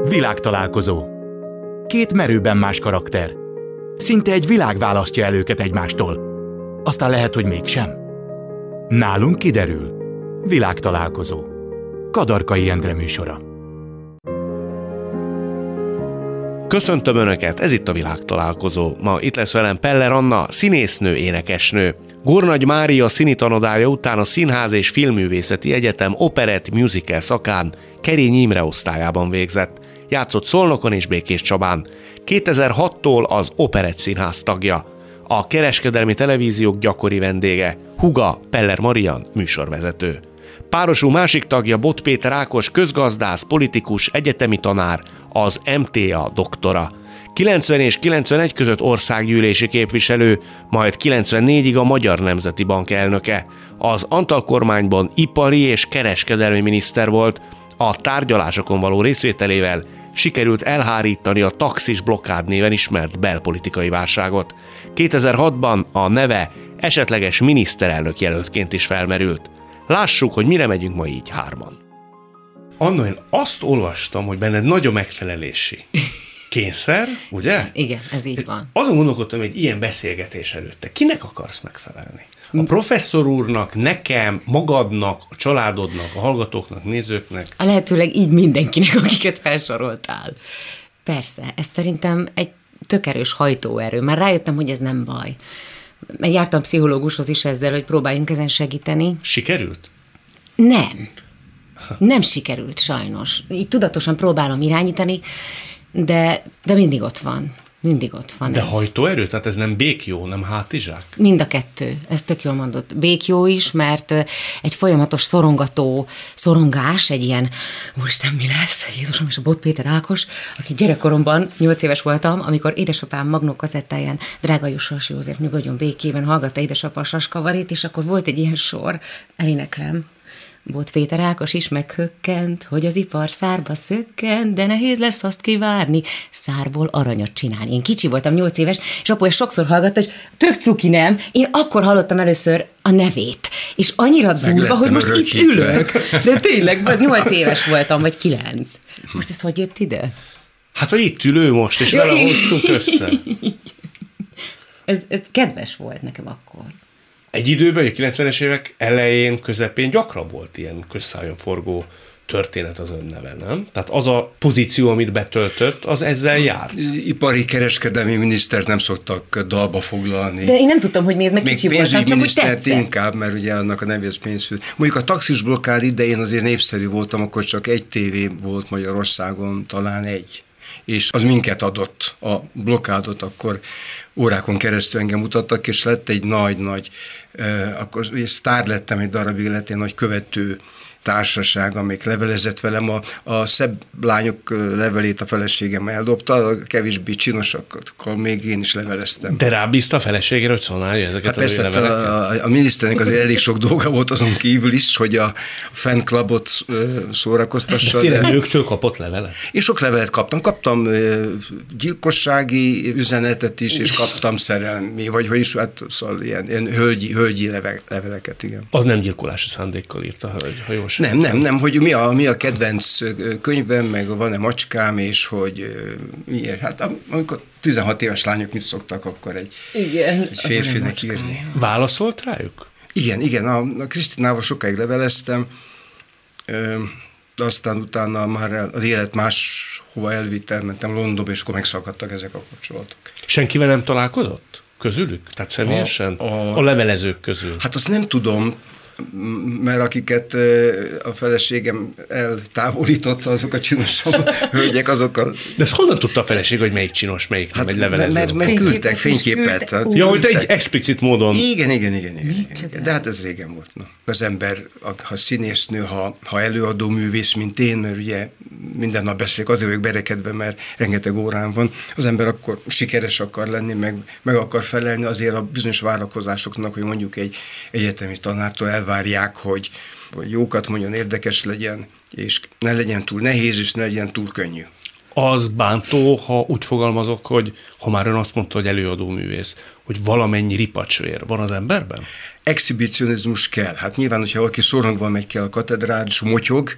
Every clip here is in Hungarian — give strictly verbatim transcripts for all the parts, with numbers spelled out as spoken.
Világtalálkozó. Két merőben más karakter. Szinte egy világ választja el őket egymástól. Aztán lehet, hogy mégsem. Nálunk kiderül. Világtalálkozó. Kadarkai Endre műsora. Köszöntöm Önöket, ez itt a Világtalálkozó. Ma itt lesz velem Peller Anna, színésznő, énekesnő. Gurnagy Mária színitanodája után a Színház és Filmművészeti Egyetem operett musical szakán Kerényi Imre osztályában végzett. Játszott Szolnokon és Békéscsabán. kétezer-hattól az Operett Színház tagja. A kereskedelmi televíziók gyakori vendége. Húga Peller Marian műsorvezető. Párosul másik tagja Bot Péter Ákos, közgazdász, politikus, egyetemi tanár, az em té á doktora. kilencven és kilencvenegy között országgyűlési képviselő, majd kilencvennégyig a Magyar Nemzeti Bank elnöke. Az Antall kormányban ipari és kereskedelmi miniszter volt, a tárgyalásokon való részvételével sikerült elhárítani a taxis blokkád néven ismert belpolitikai válságot. kétezer-hatban a neve esetleges miniszterelnök jelöltként is felmerült. Lássuk, hogy mire megyünk ma így hárman. Anna, én azt olvastam, hogy benned nagy a megfelelési kényszer, ugye? Igen, ez így van. Azon gondolkodtam, hogy egy ilyen beszélgetés előtte. Kinek akarsz megfelelni? A professzor úrnak, nekem, magadnak, a családodnak, a hallgatóknak, nézőknek? A lehetőleg így mindenkinek, akiket felsoroltál. Persze, ez szerintem egy tök erős hajtóerő. Már rájöttem, hogy ez nem baj. Jártam pszichológushoz is ezzel, hogy próbáljunk ezen segíteni. Sikerült? Nem. Nem sikerült, sajnos. Így tudatosan próbálom irányítani, de, de mindig ott van. Mindig ott van. De ez. hajtóerő? Tehát ez nem békjó, nem hátizsák? Mind a kettő. Ez tök jól mondott. Békjó is, mert egy folyamatos szorongató szorongás, egy ilyen, úristen, mi lesz? Jézusom, és a Bot Péter Ákos, aki gyerekkoromban, nyolc éves voltam, amikor édesapám magnó kazettáján Drága Jussas József nyugodjon békében hallgatta édesapa a Saskavarét, és akkor volt egy ilyen sor, eléneklem. Bot Péter Ákos is meghökkent, hogy az ipar szárba szökkent, de nehéz lesz azt kivárni, szárból aranyat csinálni. Én kicsi voltam, nyolc éves, és apu ezt sokszor hallgatta, és tök cuki, nem? Én akkor hallottam először a nevét, és annyira durva, hogy most itt ülök. De tényleg, vagy nyolc éves voltam, vagy kilenc. Most ez hogy jött ide? Hát, hogy itt ülő most, és vele hoztuk össze. ez, ez kedves volt nekem akkor. Egy időben, a kilencvenes évek elején, közepén gyakran volt ilyen közszájon forgó történet az ön neve, nem? Tehát az a pozíció, amit betöltött, az ezzel járt. Ipari kereskedelmi minisztert nem szoktak dalba foglalni. De én nem tudtam, hogy mi ez, meg kicsi voltam, csak úgy tetszett. Inkább, mert ugye annak a nevéhez pénzfő. Mondjuk a taxis blokkád idején azért népszerű voltam, akkor csak egy tévé volt Magyarországon, talán egy. És az minket adott, a blokkádot, akkor órákon keresztül engem mutattak, és lett egy nagy-nagy, eh, akkor ugye sztár lettem egy darabig, lett egy nagy követő társaság, amelyik levelezett velem, a, a szebb lányok levelét a feleségem eldobta, a kevésbé csinosakkal még én is leveleztem. De rábízta a feleségére, hogy szonálja ezeket hát a persze, leveleket? A, a, a miniszternek azért elég sok dolga volt azon kívül is, hogy a fanklubot szórakoztassa. De tényleg nőktől kapott levelet? Én sok levelet kaptam. Kaptam gyilkossági üzenetet is, és kaptam szerelmi, vagy hogy is, hát szóval ilyen, ilyen hölgyi, hölgyi leve, leveleket, igen. Az nem gyilkolási szándékkal írta a hölgy, ha jól sem. Nem, nem, nem, hogy mi a, mi a kedvenc könyvem, meg van-e macskám, és hogy miért. Hát amikor tizenhat éves lányok mit szoktak, akkor egy, igen, egy férfinek írni. Válaszolt rájuk? Igen, igen, a, a Krisztinával sokáig leveleztem, de aztán utána már az élet máshova elvitt, elmentem Londonba, és akkor megszakadtak ezek a kapcsolatok. Senkivel nem találkozott? Közülük? Tehát személyesen? A, a, a levelezők közül? Hát azt nem tudom, mert akiket a feleségem eltávolította, azok a csinosabb hölgyek, azokkal... De ezt honnan tudta a feleség, hogy melyik csinos, melyik hát nem egy levelező? Mert, mert küldtek fényképet. Hát, ja, hogy egy explicit módon... Igen, igen, igen, igen, igen. De hát ez régen volt. No. Az ember, ha színésznő, ha, ha előadó művész, mint én, mert ugye minden nap beszélek, azért vagyok berekedve, mert rengeteg órán van, az ember akkor sikeres akar lenni, meg, meg akar felelni azért a bizonyos várakozásoknak, hogy mondjuk egy egyetemi tanártól elvárják, hogy, hogy jókat mondjon, érdekes legyen, és ne legyen túl nehéz, és ne legyen túl könnyű. Az bántó, ha úgy fogalmazok, hogy ha már ön azt mondta, hogy előadó művész, hogy valamennyi ripacsvér van az emberben? Exhibicionizmus kell. Hát nyilván, hogyha valaki szorongva megy ki a katedrál, és motyog,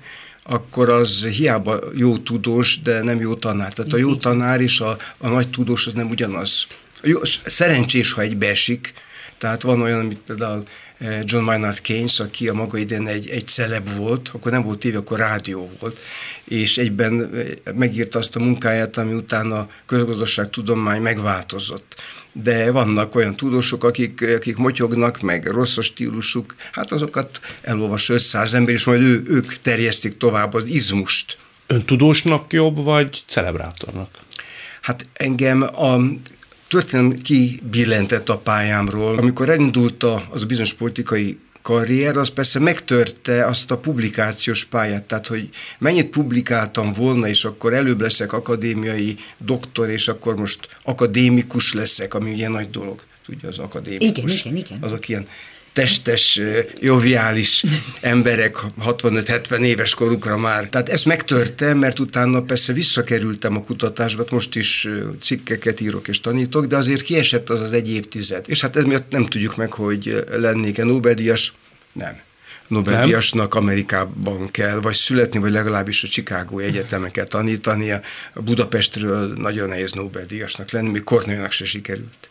akkor az hiába jó tudós, de nem jó tanár. Tehát a jó tanár és a, a nagy tudós az nem ugyanaz. Jó, szerencsés, ha egybeesik, tehát van olyan, amit például John Maynard Keynes, aki a maga idején egy, egy celeb volt, akkor nem volt tévé, akkor rádió volt, és egyben megírta azt a munkáját, ami utána a közgazdaságtudomány megváltozott. De vannak olyan tudósok, akik, akik motyognak, meg rossz a stílusuk, hát azokat elolvas ötszáz ember, és majd ő, ők terjesztik tovább az izmust. Öntudósnak jobb, vagy celebrátornak? Hát engem a történelem kibillentett a pályámról. Amikor elindult az a bizonyos politikai karrier, az persze megtörte azt a publikációs pályát, tehát hogy mennyit publikáltam volna, és akkor előbb leszek akadémiai doktor, és akkor most akadémikus leszek, ami ugye nagy dolog, tudja, az akadémikus. Igen, igen, igen. Azok ilyen testes, joviális emberek hatvanöt-hetven éves korukra már. Tehát ezt megtörtem, mert utána persze visszakerültem a kutatásba, most is cikkeket írok és tanítok, de azért kiesett az az egy évtized. És hát ez miatt nem tudjuk meg, hogy lennék-e Nobel-díjas. Nem. Nobel-díjasnak Amerikában kell vagy születni, vagy legalábbis a Chicagói egyetemen kell tanítani. A Budapestről nagyon nehéz Nobel-díjasnak lenni, még Kornélynak se sikerült.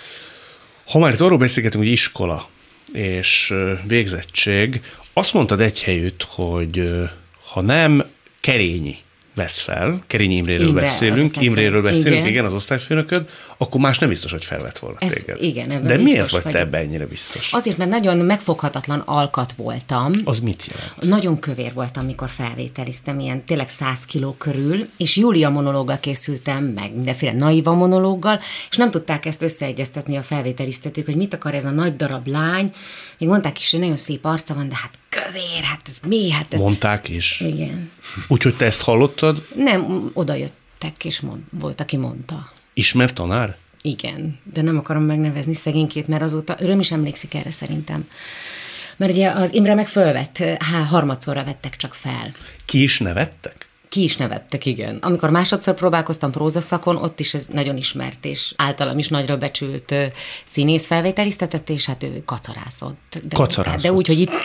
Ha már itt arról beszélgetünk, hogy iskola és végzettség, azt mondtad egy helyütt, hogy ha nem Kerényi vesz fel, Kerényi Imréről Imre, beszélünk, Imréről beszélünk, igen. igen, az osztályfőnököd, akkor más nem biztos, hogy felvett volna Ez, téged. Igen, ebben De miért vagy vagyok. te ebben ennyire biztos? Azért, mert nagyon megfoghatatlan alkat voltam. Az mit jelent? Nagyon kövér voltam, mikor felvételiztem, ilyen tényleg száz kiló körül, és Júlia monológgal készültem, meg mindenféle naiva monológgal, és nem tudták ezt összeegyeztetni a felvételiztetők, hogy mit akar ez a nagy darab lány. Még mondták is, hogy nagyon szép arca van, de hát kövér, hát ez mi? Hát ez... Mondták is? Igen. Úgyhogy te ezt hallottad? Nem, oda jöttek, és mond, volt, aki mondta. Ismert tanár? Igen, de nem akarom megnevezni szegénykét, mert azóta ő is emlékszik erre szerintem. Mert ugye az Imre meg fölvett, há, harmadszorra vettek csak fel. Ki is nevettek? Ki is nevettek, igen. Amikor másodszor próbálkoztam prózaszakon, ott is ez nagyon ismert, és általam is nagyra becsült színész felvételiztetett, és hát ő kacarászott. De, Kacarászott. De úgy, hogy itt...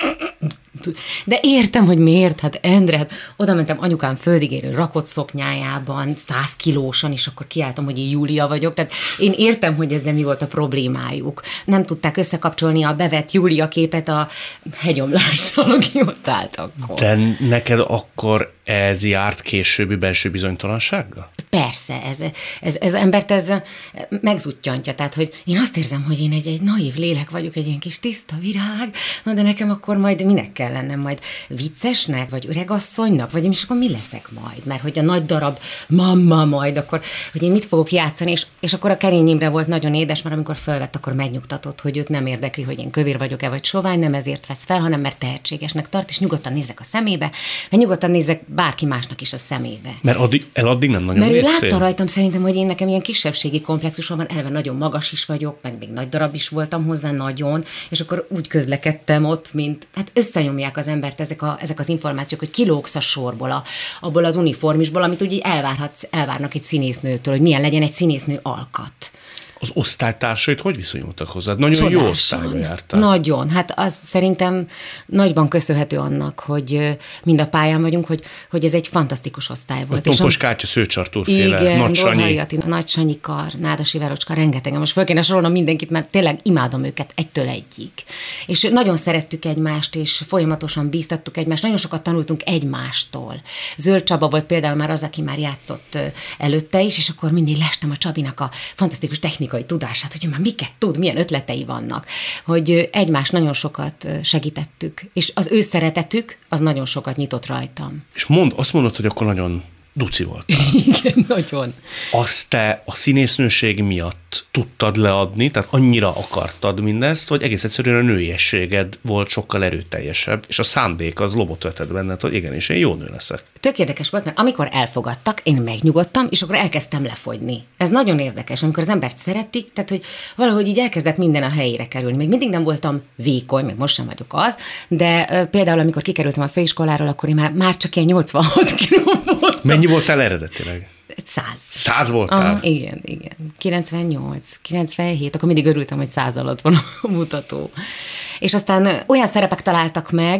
De értem, hogy miért, hát Endre, hát oda mentem anyukám földigérő rakott szoknyájában, száz kilósan, és akkor kiálltam, hogy én Júlia vagyok, tehát én értem, hogy ezzel mi volt a problémájuk. Nem tudták összekapcsolni a bevett Júlia képet a hegyomlással, aki ott állt akkor. De neked akkor ez járt későbbi belső bizonytalansággal? Persze, ez, ez, ez embert ez megzuttyantja, tehát, hogy én azt érzem, hogy én egy, egy naív lélek vagyok, egy ilyen kis tiszta virág, na de nekem akkor majd minek kell lennem, majd viccesnek, vagy öregasszonynak, vagy és akkor mi leszek majd, mert hogy a nagy darab mamma majd, akkor, hogy én mit fogok játszani, és, és akkor a Kerény Imre volt nagyon édes, mert amikor fölvett, akkor megnyugtatott, hogy őt nem érdekli, hogy én kövér vagyok-e, vagy sovány, nem ezért vesz fel, hanem mert tehetségesnek tart, és nyugodtan nézek a szemébe, mert nyugodtan nézek bárki másnak is a szemébe. Mert addig, el addig nem nagyon Mert ő néztél? látta rajtam szerintem, hogy én nekem ilyen kisebbségi komplexusom van, eleve nagyon magas is vagyok, meg még nagy darab is voltam hozzá, nagyon, és akkor úgy közlekedtem ott, mint, hát összenyomják az embert ezek, a, ezek az információk, hogy kilógsz a sorból, a, abból az uniformisból, amit úgy elvárhatsz, elvárnak egy színésznőtől, hogy milyen legyen egy színésznő alkat. Az osztálytársait hogy viszonyultak hozzád? Nagyon Csodásan. jó osztályba jártál. Nagyon. Hát az szerintem nagyban köszönhető annak, hogy mind a pályán vagyunk, hogy, hogy ez egy fantasztikus osztály volt. Tompos Kátya, Szőcsartóféle, igen, Nagy Sanyi. Dorhai Attila, Nagy Sanyikar, Nádasi Verocska, rengetegen. Most föl kéne sorolnom mindenkit, mert tényleg imádom őket egytől egyig. És nagyon szerettük egymást, és folyamatosan bíztattuk egymást, nagyon sokat tanultunk egymástól. Zöld Csaba volt például már az, aki már játszott előtte is, és akkor mindig lestem a Csabinak a fantasztikus technikai tudását, hogy ő már miket tud, milyen ötletei vannak, hogy egymást nagyon sokat segítettük, és az ő szeretetük, az nagyon sokat nyitott rajtam. És mond, azt mondod, hogy akkor nagyon duci voltál. Igen, nagyon. Azt te a színésznőség miatt tudtad leadni, tehát annyira akartad mindezt, hogy egész egyszerűen a nőiességed volt sokkal erőteljesebb, és a szándék az lobot vetett benned, hogy igenis, én jó nő leszek. Tök érdekes volt, mert amikor elfogadtak, én megnyugodtam, és akkor elkezdtem lefogyni. Ez nagyon érdekes, amikor az embert szeretik, tehát hogy valahogy így elkezdett minden a helyére kerülni. Még mindig nem voltam vékony, meg most sem vagyok az, de uh, például amikor kikerültem a főiskoláról, akkor én már, már csak ilyen nyolcvanhat kiló voltam. Mennyi voltál eredetileg? Száz. Száz voltál? Aha, igen, igen. kilencvennyolc, kilencvenhét, akkor mindig örültem, hogy száz alatt van a mutató. És aztán olyan szerepek találtak meg,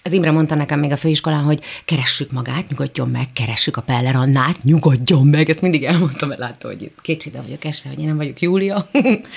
Az Imre mondta nekem még a főiskolán, hogy keressük magát, nyugodjon meg, keressük a Peller Annát, nyugodjon meg. Ezt mindig elmondtam, mert látta, hogy kétségbe vagyok esve, hogy én nem vagyok Júlia.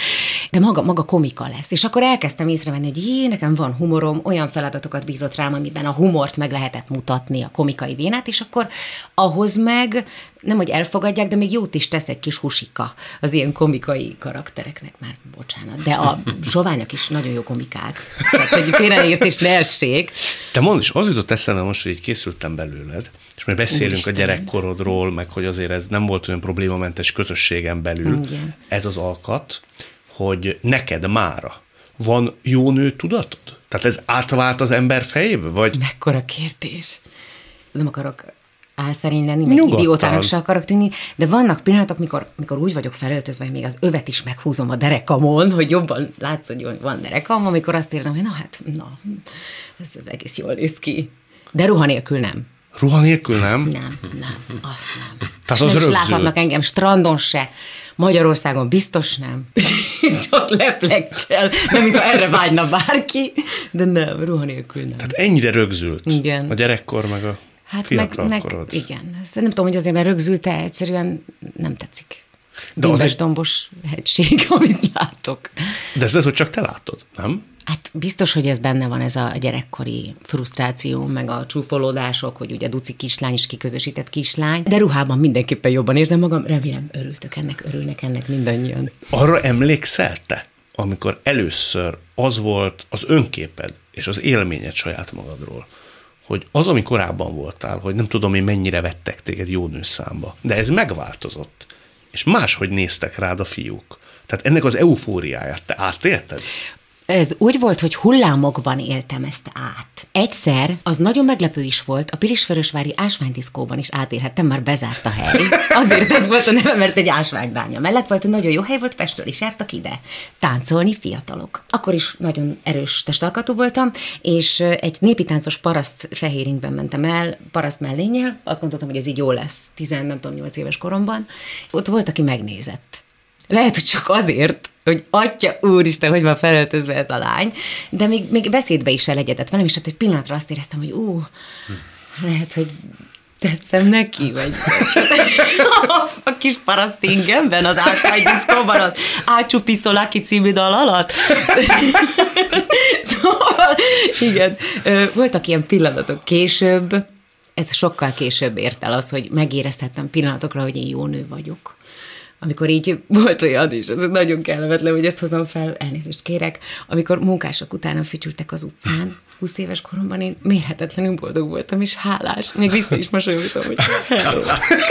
De maga, maga komika lesz. És akkor elkezdtem észrevenni, hogy jé, nekem van humorom, olyan feladatokat bízott rám, amiben a humort meg lehetett mutatni, a komikai vénát, és akkor ahhoz meg nem, hogy elfogadják, de még jót is tesz egy kis husika az ilyen komikai karaktereknek, már bocsánat. De a soványok is nagyon jó komikák. Tehát, hogy félreértés ne essék. Te mondd is, az jutott eszembe most, hogy így készültem belőled, és mert beszélünk Úristen. a gyerekkorodról, meg hogy azért ez nem volt olyan problémamentes közösségen belül. Igen. Ez az alkat, hogy neked mára van jó nő tudatod? Tehát ez átvált az ember fejébe? Vagy... Ez mekkora kérdés. Nem akarok álszerény lenni, meg idiótának se akarok tűnni, de vannak pillanatok, mikor, mikor úgy vagyok felöltözve, hogy még az övet is meghúzom a derekamon, hogy jobban látszódjon, hogy van derekam, amikor azt érzem, hogy na hát, na, ez egész jól néz ki. De ruha nélkül nem. Ruha nélkül nem? Nem, nem, azt nem. Tehát az rögzült. Láthatnak engem strandon se, Magyarországon biztos nem. Csak leplekkel, nem, mintha erre vágyna bárki, de nem, ruha nélkül nem. Tehát ennyire rögzült. Igen. A gyerekkor, meg a hát meg, meg, igen. Ezt nem tudom, hogy azért, mert rögzült-e, egyszerűen nem tetszik. Dimbes-dombos hegység, amit látok. De ez lehet, hogy csak te látod, nem? Hát biztos, hogy ez benne van, ez a gyerekkori frusztráció, meg a csúfolódások, hogy ugye duci kislány is kiközösített kislány, de ruhában mindenképpen jobban érzem magam, remélem örültök ennek, örülnek ennek mindannyian. Arra emlékszel te, amikor először az volt az önképed és az élményed saját magadról, hogy az, ami korábban voltál, hogy nem tudom én mennyire vettek téged jó nőszámba, de ez megváltozott, és máshogy néztek rád a fiúk. Tehát ennek az eufóriáját te átélted? Ez úgy volt, hogy hullámokban éltem ezt át. Egyszer, az nagyon meglepő is volt, a Pilisvörösvári ásványdiszkóban is átérhettem, már bezárt a hely. Azért ez volt a neve, mert egy ásványbánya mellett volt, hogy nagyon jó hely volt, Pestről is jártak ide táncolni fiatalok. Akkor is nagyon erős testalkatú voltam, és egy népi táncos paraszt fehéringben mentem el, paraszt mellénnyel, azt gondoltam, hogy ez így jó lesz, tizen, nem tudom, nyolc éves koromban. Ott volt, aki megnézett. Lehet, hogy csak azért, hogy atya úristen, hogy van felöltözve ez a lány, de még, még beszédbe is elegyedett velem, és hát egy pillanatra azt éreztem, hogy ú, lehet, hogy tetszem neki, vagy a kis paraszt ingemben, az ásványdiszkóban, az Ácsú Szolaki című dal alatt. Szóval, igen, voltak ilyen pillanatok később, ez sokkal később ért el az, hogy megérezhettem pillanatokra, hogy én jó nő vagyok. Amikor így volt olyan is, ez nagyon kellemetlen, hogy ezt hozom fel, elnézést kérek, amikor munkások utána fütyültek az utcán, húsz éves koromban én mérhetetlenül boldog voltam, és hálás. Még vissza is mosolyogtam, hogy hello.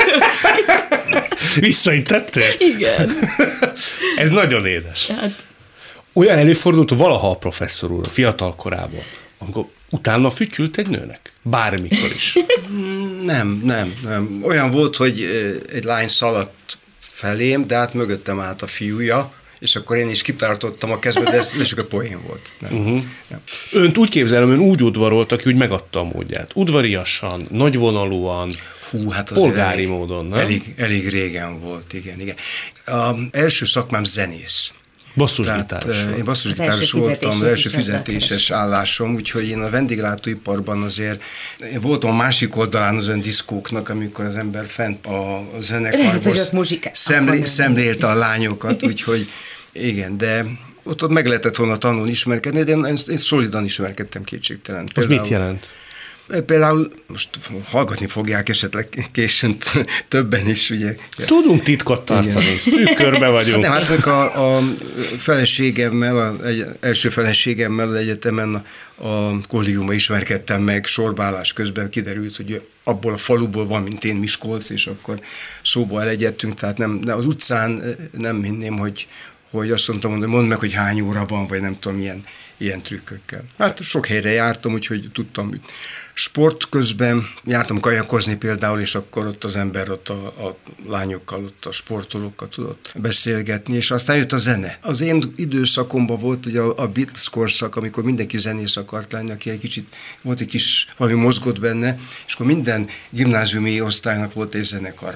Visszaintettél? Igen. Ez nagyon édes. Hát. Olyan előfordult valaha a professzor úr, fiatal korában, amikor utána fütyült egy nőnek? Bármikor is. Nem, nem, nem. Olyan volt, hogy egy lány szaladt felém, de hát mögöttem állt a fiúja, és akkor én is kitartottam a kezbe, de ez, ez csak a poén volt. Nem, uh-huh. nem. Önt úgy képzelem, ön úgy udvarolt, aki úgy megadta a módját. Udvariasan, nagyvonalúan, Hú, hát polgári elég, módon, nem? Elég, elég régen volt, igen, igen. Az első szakmám zenész. Basszusgitáros. Én basszusgitáros voltam, az első fizetéses állásom, úgyhogy én a vendéglátóiparban azért én voltam a másik oldalán az olyan diszkóknak, amikor az ember fent a zenekarban szemlé, szemlélte a lányokat, úgyhogy igen, de ott, ott meg lehetett volna tanulni, ismerkedni, de én, én szolidan ismerkedtem kétségtelen. Az mit jelent? Például, most hallgatni fogják esetleg későn többen is, ugye. Tudunk titkot tartani, szűk körbe vagyunk. Nem, hát a, a feleségemmel, az egy, első feleségemmel az egyetemen a, a kollégiumban ismerkedtem meg, sorbálás közben kiderült, hogy abból a faluból van, mint én, Miskolc, és akkor szóba elegyedtünk, tehát nem, az utcán nem hinném, hogy, hogy azt mondtam, hogy mondd meg, hogy hány óra van, vagy nem tudom, ilyen, ilyen trükkökkel. Hát sok helyre jártam, úgyhogy tudtam. Sport közben jártam kajakozni például, és akkor ott az ember ott a, a lányokkal, ott a sportolókkal tudott beszélgetni, és aztán jött a zene. Az én időszakomban volt ugye a, a Beatles korszak, amikor mindenki zenész akart lenni, aki egy kicsit, volt egy kis, valami mozgott benne, és akkor minden gimnáziumi osztálynak volt egy zenekara.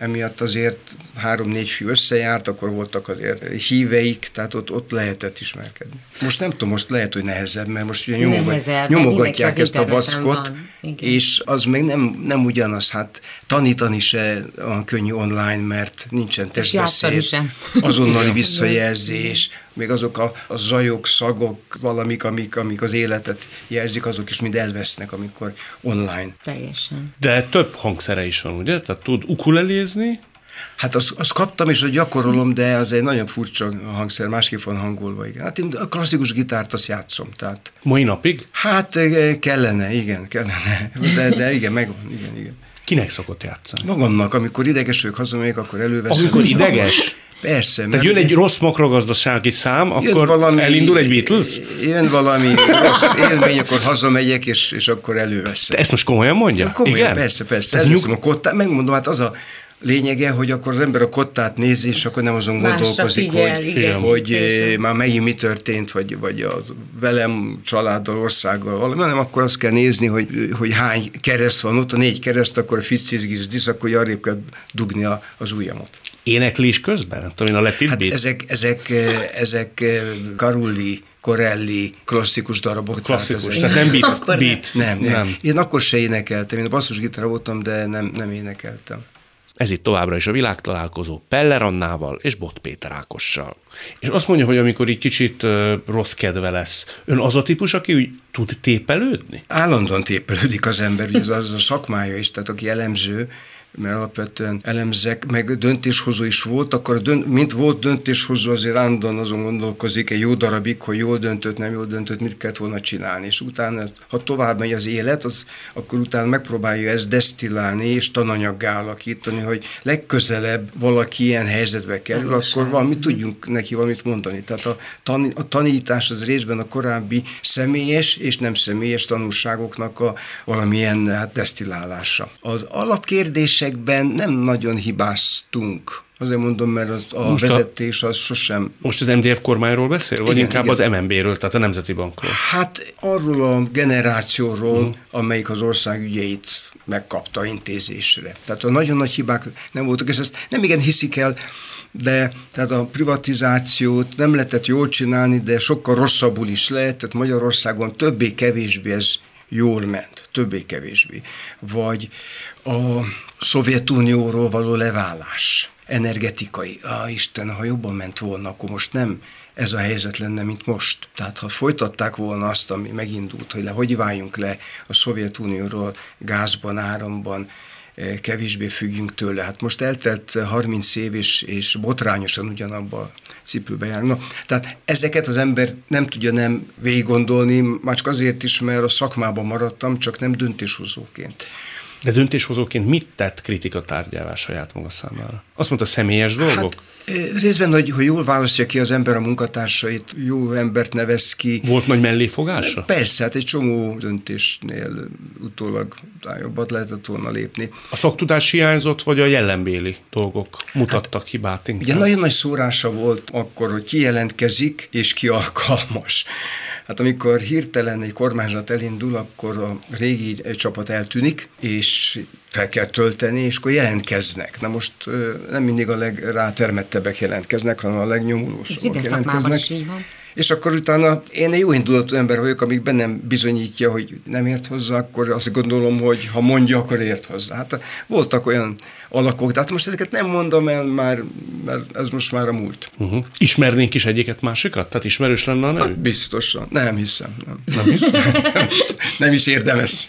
emiatt azért három-négy fiú összejárt, akkor voltak azért híveik, tehát ott, ott lehetett ismerkedni. Most nem tudom, most lehet, hogy nehezebb, mert most ugye nyomogat, nyomogatják ezt a vaszkot, és az meg nem, nem ugyanaz, hát tanítani se olyan könnyű online, mert nincsen testbeszéd, azonnali visszajelzés, még azok a, a zajok, szagok, valamik, amik, amik az életet jelzik, azok is mind elvesznek, amikor online. Teljesen. De több hangszere is van, ugye? Tehát tud ukulelézni? Hát azt, azt kaptam, és hogy gyakorolom, de az egy nagyon furcsa hangszer, másképp van hangolva, igen. Hát én a klasszikus gitárt azt játszom, tehát... Mai napig? Hát kellene, igen, kellene. De, de igen, megvan, igen, igen. Kinek szokott játszani? Magamnak, amikor ideges vagyok, hazamegyek, akkor előveszem. Amikor ideges? Persze. Tehát jön egy rossz makrogazdasági szám, akkor valami, elindul egy Beatles? Jön valami rossz élmény, akkor hazamegyek, és, és akkor előveszem. De ezt most komolyan mondja? Na, komolyan, igen? Persze, persze. Először nyug... a kottát, megmondom, hát az a lényege, hogy akkor az ember a kottát nézi, és akkor nem azon Másra gondolkozik, figyel, hogy, igen, hogy igen. már megint mi történt, vagy, vagy a velem, családdal, országgal valami, hanem akkor azt kell nézni, hogy, hogy hány kereszt van ott, a négy kereszt, akkor a ficizgizdisz, akkor arrébb kell dugni a, az ujjamat. Éneklés közben? Nem tudom, én a Let It Hát Beat? ezek, ezek, ezek Carulli, Corelli klasszikus darabok. Klasszikus, tehát, tehát nem beat. beat. Nem, nem, nem. Én akkor se énekeltem, én a basszusgitára voltam, de nem, nem énekeltem. Ez itt továbbra is a világtalálkozó Peller Annával és Bot Péter Ákossal. És azt mondja, hogy amikor így kicsit uh, rossz kedve lesz, ön az a típus, aki úgy tud tépelődni? Állandóan tépelődik az ember, ugye az, az a szakmája is, tehát aki elemző, mert alapvetően elemzek, meg döntéshozó is volt, akkor dönt, mint volt döntéshozó, azért állandóan azon gondolkozik egy jó darabig, hogy jól döntött, nem jól döntött, mit kellett volna csinálni. És utána, ha tovább megy az élet, az, akkor utána megpróbálja ezt desztillálni és tananyaggá alakítani, hogy legközelebb valaki ilyen helyzetbe kerül, Pontosan. Akkor valamit tudjunk neki valamit mondani. Tehát a, tan, a tanítás az részben a korábbi személyes és nem személyes tanulságoknak a valamilyen hát, desztillálása. Az alapkérdés nem nagyon hibáztunk. Azért mondom, mert az, a most vezetés az sosem... Most az em dé ef kormányról beszél? Vagy igen, inkább igen. az em en bé-ről, tehát a Nemzeti Bankról? Hát arról a generációról, uh-huh. amelyik az ország ügyeit megkapta intézésre. Tehát a nagyon nagy hibák nem voltak, és ezt nem igen hiszik el, de tehát a privatizációt nem lehetett jól csinálni, de sokkal rosszabbul is lehet, tehát Magyarországon többé-kevésbé ez jól ment, többé-kevésbé. Vagy a Szovjetunióról való leválás, energetikai. Á, Isten, ha jobban ment volna, akkor most nem ez a helyzet lenne, mint most. Tehát ha folytatták volna azt, ami megindult, hogy le, hogy váljunk le a Szovjetunióról gázban, áramban, kevésbé függjünk tőle. Hát most eltelt harminc év, és, és botrányosan ugyanabba a cipőbe járnak. Tehát ezeket az ember nem tudja nem végig gondolni, már csak azért is, mert a szakmában maradtam, csak nem döntéshozóként. De döntéshozóként mit tett kritika tárgyává saját maga számára? Azt mondta, személyes dolgok? Hát, részben, hogy, hogy jól választja ki az ember a munkatársait, jó embert nevez ki. Volt nagy melléfogása? Persze, hát egy csomó döntésnél utólag jobbat lehetett volna lépni. A szaktudás hiányzott, vagy a jellembéli dolgok mutattak hát, hibát inkább? Ugye nagyon nagy szórása volt akkor, hogy ki jelentkezik, és ki alkalmas. Hát amikor hirtelen egy kormányzat elindul, akkor a régi csapat eltűnik, és fel kell tölteni, és akkor jelentkeznek. Na most nem mindig a legrátermettebbek jelentkeznek, hanem a legnyomulósabbak jelentkeznek. Is így van. És akkor utána én egy jó indulatú ember vagyok, amíg bennem bizonyítja, hogy nem ért hozzá, akkor azt gondolom, hogy ha mondja, akkor ért hozzá. Hát voltak olyan alakok, de hát most ezeket nem mondom el már, mert ez most már a múlt. Uh-huh. Ismernénk is egyiket másikat? Tehát ismerős lenne a nevű? Hát biztosan. Nem hiszem. Nem, nem hiszem. nem, hiszem. nem is érdemes.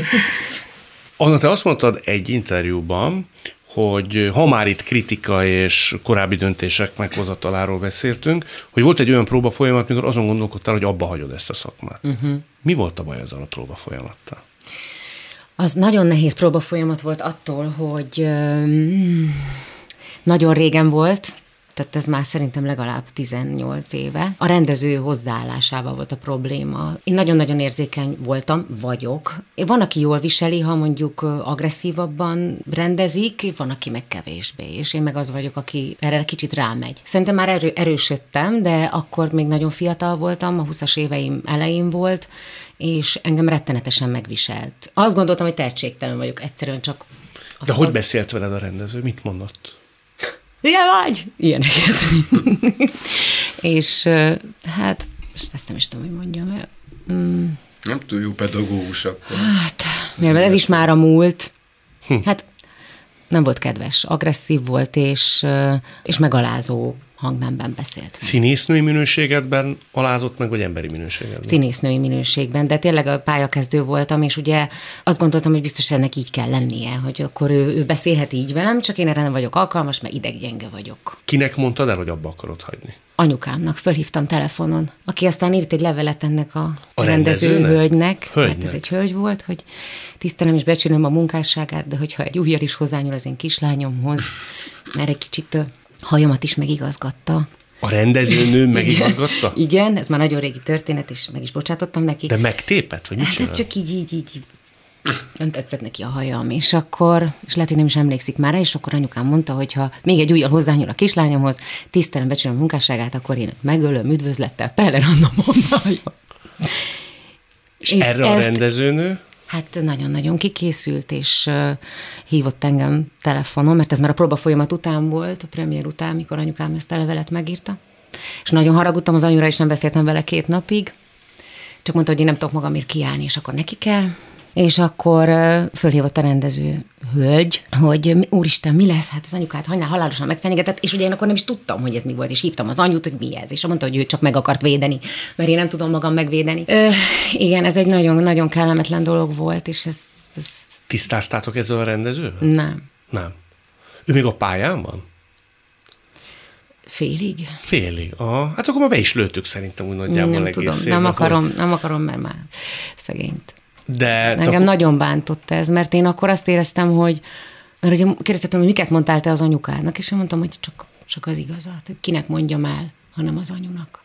Anna, te azt mondtad egy interjúban, hogy ha már itt kritika és korábbi döntések meghozataláról beszéltünk, hogy volt egy olyan próba folyamat, mikor azon gondolkodtál, hogy abba hagyod ezt a szakmát. Uh-huh. Mi volt a baj ezzel a próba folyamattal? Az nagyon nehéz próba folyamat volt attól, hogy um, nagyon régen volt, tehát ez már szerintem legalább tizennyolc éve. A rendező hozzáállásával volt a probléma. Én nagyon-nagyon érzékeny voltam, vagyok. Van, aki jól viseli, ha mondjuk agresszívabban rendezik, van, aki meg kevésbé, és én meg az vagyok, aki erre kicsit rámegy. Szerintem már erő, erősödtem, de akkor még nagyon fiatal voltam, a huszas éveim elején volt, és engem rettenetesen megviselt. Azt gondoltam, hogy tehetségtelen vagyok, egyszerűen csak Az, De hogy az... beszélt veled a rendező? Mit mondott? Ilyen vagy? Ilyeneket. És hát, most ezt nem is tudom, hogy mondjam. Mm. Nem túl jó pedagógus akkor. Hát, mert ez is már a múlt. Hm. Hát nem volt kedves, agresszív volt, és, és megalázó hangnemben beszélt. Színésznői minőségedben alázott meg, vagy emberi minőségedben? Színésznői minőségben, de tényleg a pályakezdő voltam, és ugye azt gondoltam, hogy biztos ennek így kell lennie, hogy akkor ő, ő beszélhet így velem, csak én erre nem vagyok alkalmas, mert ideggyenge vagyok. Kinek mondtad el, hogy abba akarod hagyni? Anyukámnak fölhívtam telefonon, aki aztán írt egy levelet ennek a, a rendező hölgynek, hölgynek, mert ez egy hölgy volt, hogy tisztelem és becsülöm a munkásságát, de hogyha egy újjal is hozzányúl az én kislányomhoz, mert egy kicsit hajamat is megigazgatta. A rendezőnő megigazgatta? Igen, ez már nagyon régi történet, és meg is bocsátottam neki. De megtépett, vagy mit hát, csinál? Csak így, így, így. Nem tetszett neki a hajam, és akkor, és lehet, hogy nem is emlékszik már, és akkor anyukám mondta, hogy ha még egy ujjal hozzányúl a kislányomhoz, tisztelem, becsülöm a munkásságát, akkor én őt megölöm, üdvözlettel, Peller Anna mondálja. És, és erre ezt, a rendezőnő? Hát nagyon-nagyon kikészült, és uh, hívott engem telefonon, mert ez már a próba folyamat után volt, a premier után, mikor anyukám ezt a levelet megírta. És nagyon haragudtam az anyura, és nem beszéltem vele két napig. Csak mondta, hogy én nem tudok magamért kiállni, és akkor neki kell. És akkor uh, fölhívott a rendező hölgy, hogy úristen, mi lesz? Hát az anyukát hajnál halálosan megfenyegetett, és ugye én akkor nem is tudtam, hogy ez mi volt, és hívtam az anyut, hogy mi ez, és mondta, hogy ő csak meg akart védeni, mert én nem tudom magam megvédeni. Ö, igen, ez egy nagyon-nagyon kellemetlen dolog volt, és ez... ez... Tisztáztátok ezzel a rendezővel? Nem. Nem. Ő még a pályán van? Félig. Félig. Aha. Hát akkor már be is lőttük szerintem úgy nagyjából nem egész tudom, évben, nem akarom, hogy... nem akarom, mert már szegényt. De engem akkor... nagyon bántott ez, mert én akkor azt éreztem, hogy, mert ugye kérdeztem, hogy miket mondtál te az anyukádnak, és én mondtam, hogy csak, csak az igazat, hogy kinek mondjam el, hanem az anyunak.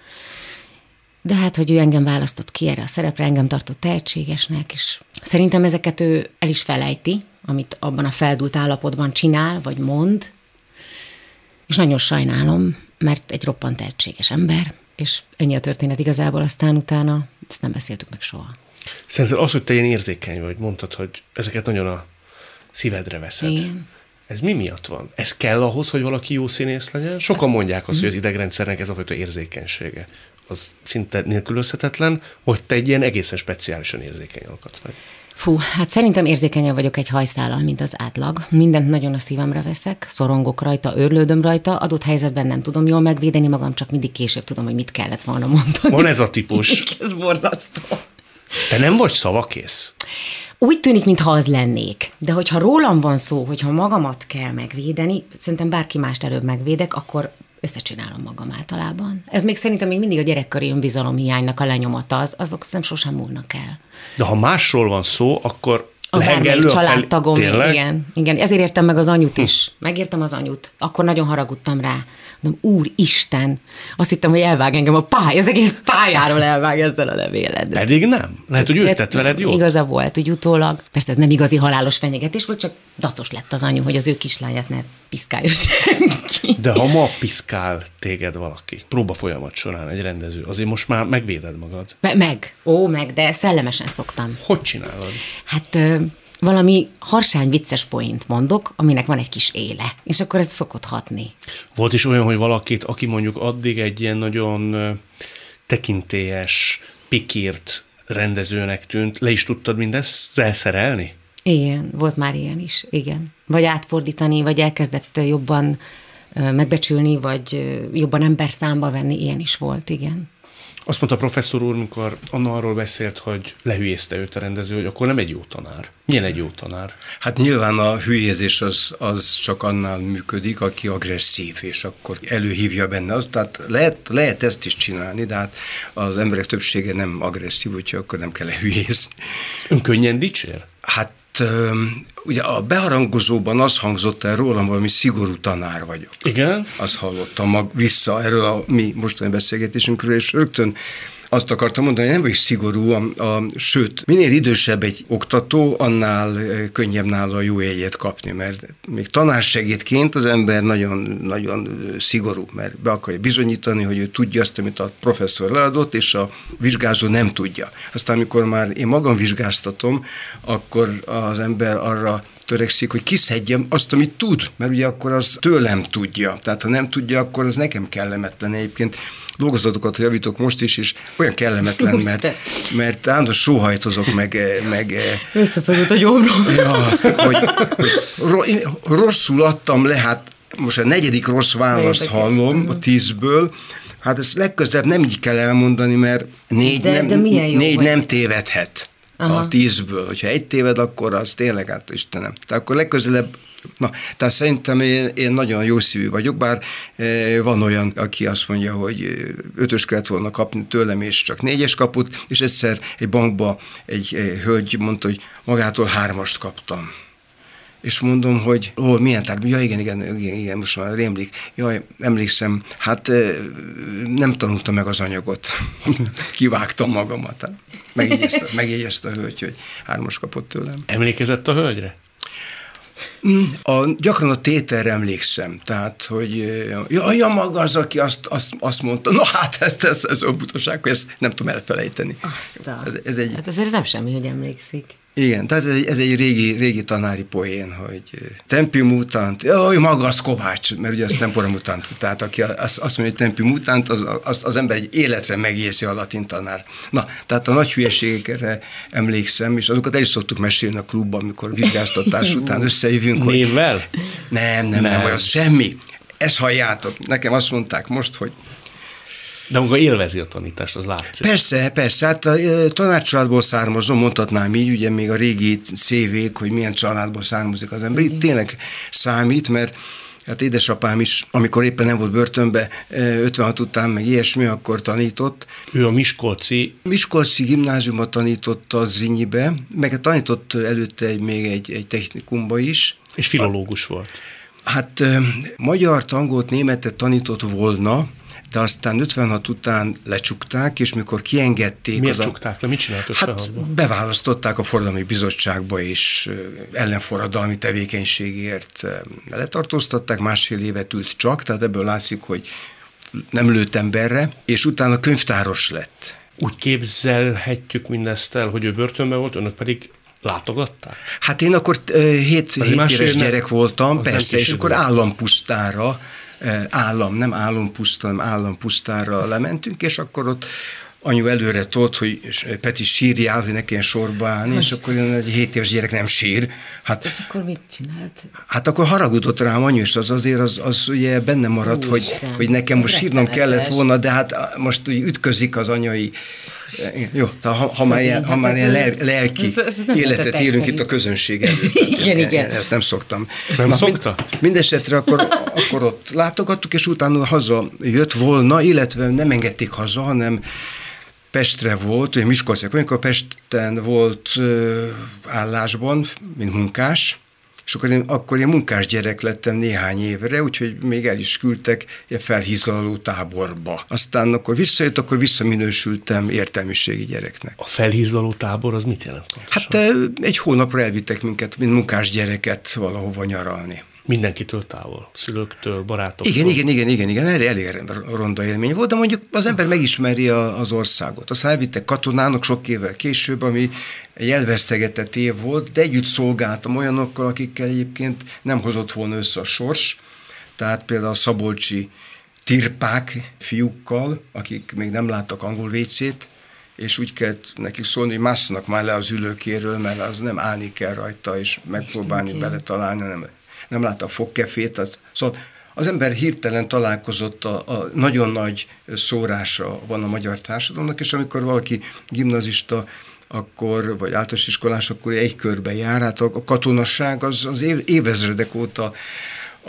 De hát, hogy ő engem választott ki erre a szerepre, engem tartott tehetségesnek, és szerintem ezeket ő el is felejti, amit abban a feldúlt állapotban csinál, vagy mond, és nagyon sajnálom, mert egy roppant tehetséges ember, és ennyi a történet igazából, aztán utána ezt nem beszéltük meg soha. Szerinted az, hogy te ilyen érzékeny vagy, mondtad, hogy ezeket nagyon a szívedre veszed. Igen. Ez mi miatt van? Ez kell ahhoz, hogy valaki jó színész legyen? Sokan mondják azt, hogy az idegrendszernek ez a fajta érzékenysége az szinte nélkülözhetetlen, vagy te egy ilyen egészen speciálisan érzékeny alkat vagy? Fú, hát szerintem érzékenyebb vagyok egy hajszállal, mint az átlag. Mindent nagyon a szívemre veszek, szorongok rajta, őrlődöm rajta, adott helyzetben nem tudom jól megvédeni magam, csak mindig később tudom, hogy mit kellett volna mondani. Van ez a típus. Ez borzasztó. Te nem vagy szavakész? Úgy tűnik, mintha az lennék. De hogyha rólam van szó, hogyha magamat kell megvédeni, szerintem bárki mást előbb megvédek, akkor összecsinálom magam általában. Ez még szerintem még mindig a gyerekkori önbizalomhiánynak a lenyomata, az, azok szerintem sosem múlnak el. De ha másról van szó, akkor a bármelyik családtagom, fel... igen, igen. Ezért értem meg az anyut is. Megértem az anyut. Akkor nagyon haragudtam rá. Mondom, Úristen, azt hittem, hogy elvág engem a pály, az egész pályáról elvág ezzel a levélet. Pedig nem. Lehet, hogy ő tett veled jót. Igaza volt, úgy utólag. Persze ez nem igazi halálos fenyegetés volt, csak dacos lett az anyu, hogy az ő kislányát ne piszkálja senki. De ha ma piszkál téged valaki, próba folyamat során egy rendező, azért most már megvéded magad. Me- meg. Ó, meg, de szellemesen szoktam. Hogy csinálod? Hát... Ö- valami harsány vicces poént mondok, aminek van egy kis éle, és akkor ez szokott hatni. Volt is olyan, hogy valakit, aki mondjuk addig egy ilyen nagyon tekintélyes, pikírt rendezőnek tűnt, le is tudtad mindezt szerelni? Igen, volt már ilyen is, igen. Vagy átfordítani, vagy elkezdett jobban megbecsülni, vagy jobban ember számba venni, ilyen is volt, igen. Azt mondta a professzor úr, mikor Anna arról beszélt, hogy lehülyézte őt a rendező, hogy akkor nem egy jó tanár. Milyen egy jó tanár? Hát nyilván a hülyézés az, az csak annál működik, aki agresszív, és akkor előhívja benne azt. Tehát lehet, lehet ezt is csinálni, de hát az emberek többsége nem agresszív, úgyhogy akkor nem kell lehülyézni. Ön könnyen dicsér? Hát ugye a beharangozóban az hangzott el rólam, valami szigorú tanár vagyok. Igen? Azt hallottam mag vissza erről a mi mostani beszélgetésünkről, és rögtön azt akartam mondani, hogy nem vagyok szigorú, a, a, sőt, minél idősebb egy oktató, annál könnyebb nála jó jegyet kapni, mert még tanársegédként az ember nagyon, nagyon szigorú, mert be akarja bizonyítani, hogy ő tudja azt, amit a professzor leadott, és a vizsgázó nem tudja. Aztán, amikor már én magam vizsgáztatom, akkor az ember arra törekszik, hogy kiszedjem azt, amit tud, mert ugye akkor az tőlem tudja. Tehát ha nem tudja, akkor az nekem kellemetlen egyébként. Dolgozatokat javítok most is, és olyan kellemetlen, mert, mert állandóan sóhajtozok, meg... meg összeszorult a gyomrom. Ja, hogy, hogy rosszul adtam le, hát most a negyedik rossz választ hallom a tízből, hát ezt legközelebb nem így kell elmondani, mert négy, de, nem, de jó, négy vagy... nem tévedhet. Aha. A tízből. Hogyha egy téved, akkor az tényleg, hát Istenem. Tehát akkor legközelebb, na, tehát szerintem én, én nagyon jó szívű vagyok, bár e, van olyan, aki azt mondja, hogy ötös kellett volna kapni tőlem, és csak négyes kapott, és egyszer egy bankba egy e, hölgy mondta, hogy magától hármast kaptam. És mondom, hogy ó, milyen tárgy, ja igen, igen, igen, igen, most már rémlik. Jaj, emlékszem, hát nem tanultam meg az anyagot. Kivágtam magamat. Megjegyezte, megjegyezte a hölgy, hogy hármas kapott tőlem. Emlékezett a hölgyre? A, gyakran a tételre emlékszem, tehát, hogy ja, ja maga az, aki azt, azt, azt mondta, no hát ez, ez, ez a butaság, hogy ezt nem tudom elfelejteni. Ez, ez egy, hát azért ez nem semmi, hogy emlékszik. Igen, tehát ez egy, ez egy régi, régi tanári poén, hogy tempi mutant, jaj, maga az Kovács, mert ugye az tempora mutant, tehát aki azt, azt mondja, hogy tempi mutant, az, az, az ember egy életre megérzi a latin tanár. Na, tehát a nagy hülyeségekre emlékszem, és azokat el is szoktuk mesélni a klubban, amikor vizsgáztatás után összejövünk. Névvel? Hogy nem, nem, nem, nem, olyan semmi. Ezt halljátok. Nekem azt mondták most, hogy de amikor élvezi a tanítást, az látszik. Persze, persze, hát a tanácsaládból származom, mondhatnám így, ugye még a régi szévék, hogy milyen családból származik az ember. Itt tényleg számít, mert hát édesapám is, amikor éppen nem volt börtönbe, ötvenhat után meg ilyesmi, akkor tanított. Ő a Miskolci... Miskolci gimnáziumban tanította az Zrínyibe, meg tanított előtte egy, még egy, egy technikumba is. És filológus volt. Hát magyart, angolt, németet tanított volna, de aztán ötvenhat után lecsukták, és mikor kiengedték... Miért az csukták le? Mit csinált Hát ötvenhatban? beválasztották a forradalmi bizottságba, és ellenforradalmi tevékenységért letartóztatták, másfél évet ült csak, tehát ebből látszik, hogy nem lőtt emberre, és utána könyvtáros lett. Úgy képzelhetjük mindezt el, hogy ő börtönben volt, önök pedig látogatták? Hát én akkor hét éves gyerek voltam, persze, és akkor állampusztára, állam, nem állampuszta, hanem állampusztára lementünk, és akkor ott anyu előre tolt, hogy Peti sírjál, hogy ne kelljen sorba állni, most. És akkor egy hét éves gyerek nem sír. Hát, és akkor mit csinált? Hát akkor haragudott rám anyu, és az azért az, az ugye benne maradt, Hú, hogy, Isten, hogy nekem most sírnom kellett volna, de hát most úgy ütközik az anyai. Jó, ha, ha már ilyen, ha már ilyen lel, lelki ez, ez életet élünk itt a közönség előtt. Igen, igen. Ezt nem szoktam. Nem Na, szokta? Mind, mindesetre akkor, akkor ott látogattuk, és utána haza jött volna, illetve nem engedték haza, hanem Pestre volt, ugye Miskolciak, amikor Pesten volt ö, állásban, mint munkás, és akkor én, akkor én munkás gyerek lettem néhány évre, úgyhogy még el is küldtek ilyen felhízlaló táborba. Aztán akkor visszajött, akkor visszaminősültem értelmiségi gyereknek. A felhízlaló tábor az mit jelent? Hát egy hónapra elvittek minket, mint munkás gyereket valahova nyaralni. Mindenkitől távol, szülőktől, barátoktól. Igen, igen, igen, igen, igen, elég, elég ronda élmény volt, de mondjuk az ember megismeri a, az országot. Aztán elvittek katonának sok évvel később, ami egy elvesztegetett év volt, de együtt szolgáltam olyanokkal, akikkel egyébként nem hozott volna össze a sors. Tehát például a szabolcsi tirpák fiúkkal, akik még nem láttak angol vécét, és úgy kellett nekik szólni, hogy másszanak már le az ülőkéről, mert az nem állni kell rajta, és megpróbálni beletalálni, nem nem láttam fogkefét, az, szóval az ember hirtelen találkozott, a, a nagyon nagy szórása van a magyar társadalomnak, és amikor valaki gimnazista, akkor, vagy általános iskolás, akkor egy körbe jár, hát a, a katonasság az, az év, évezredek óta a,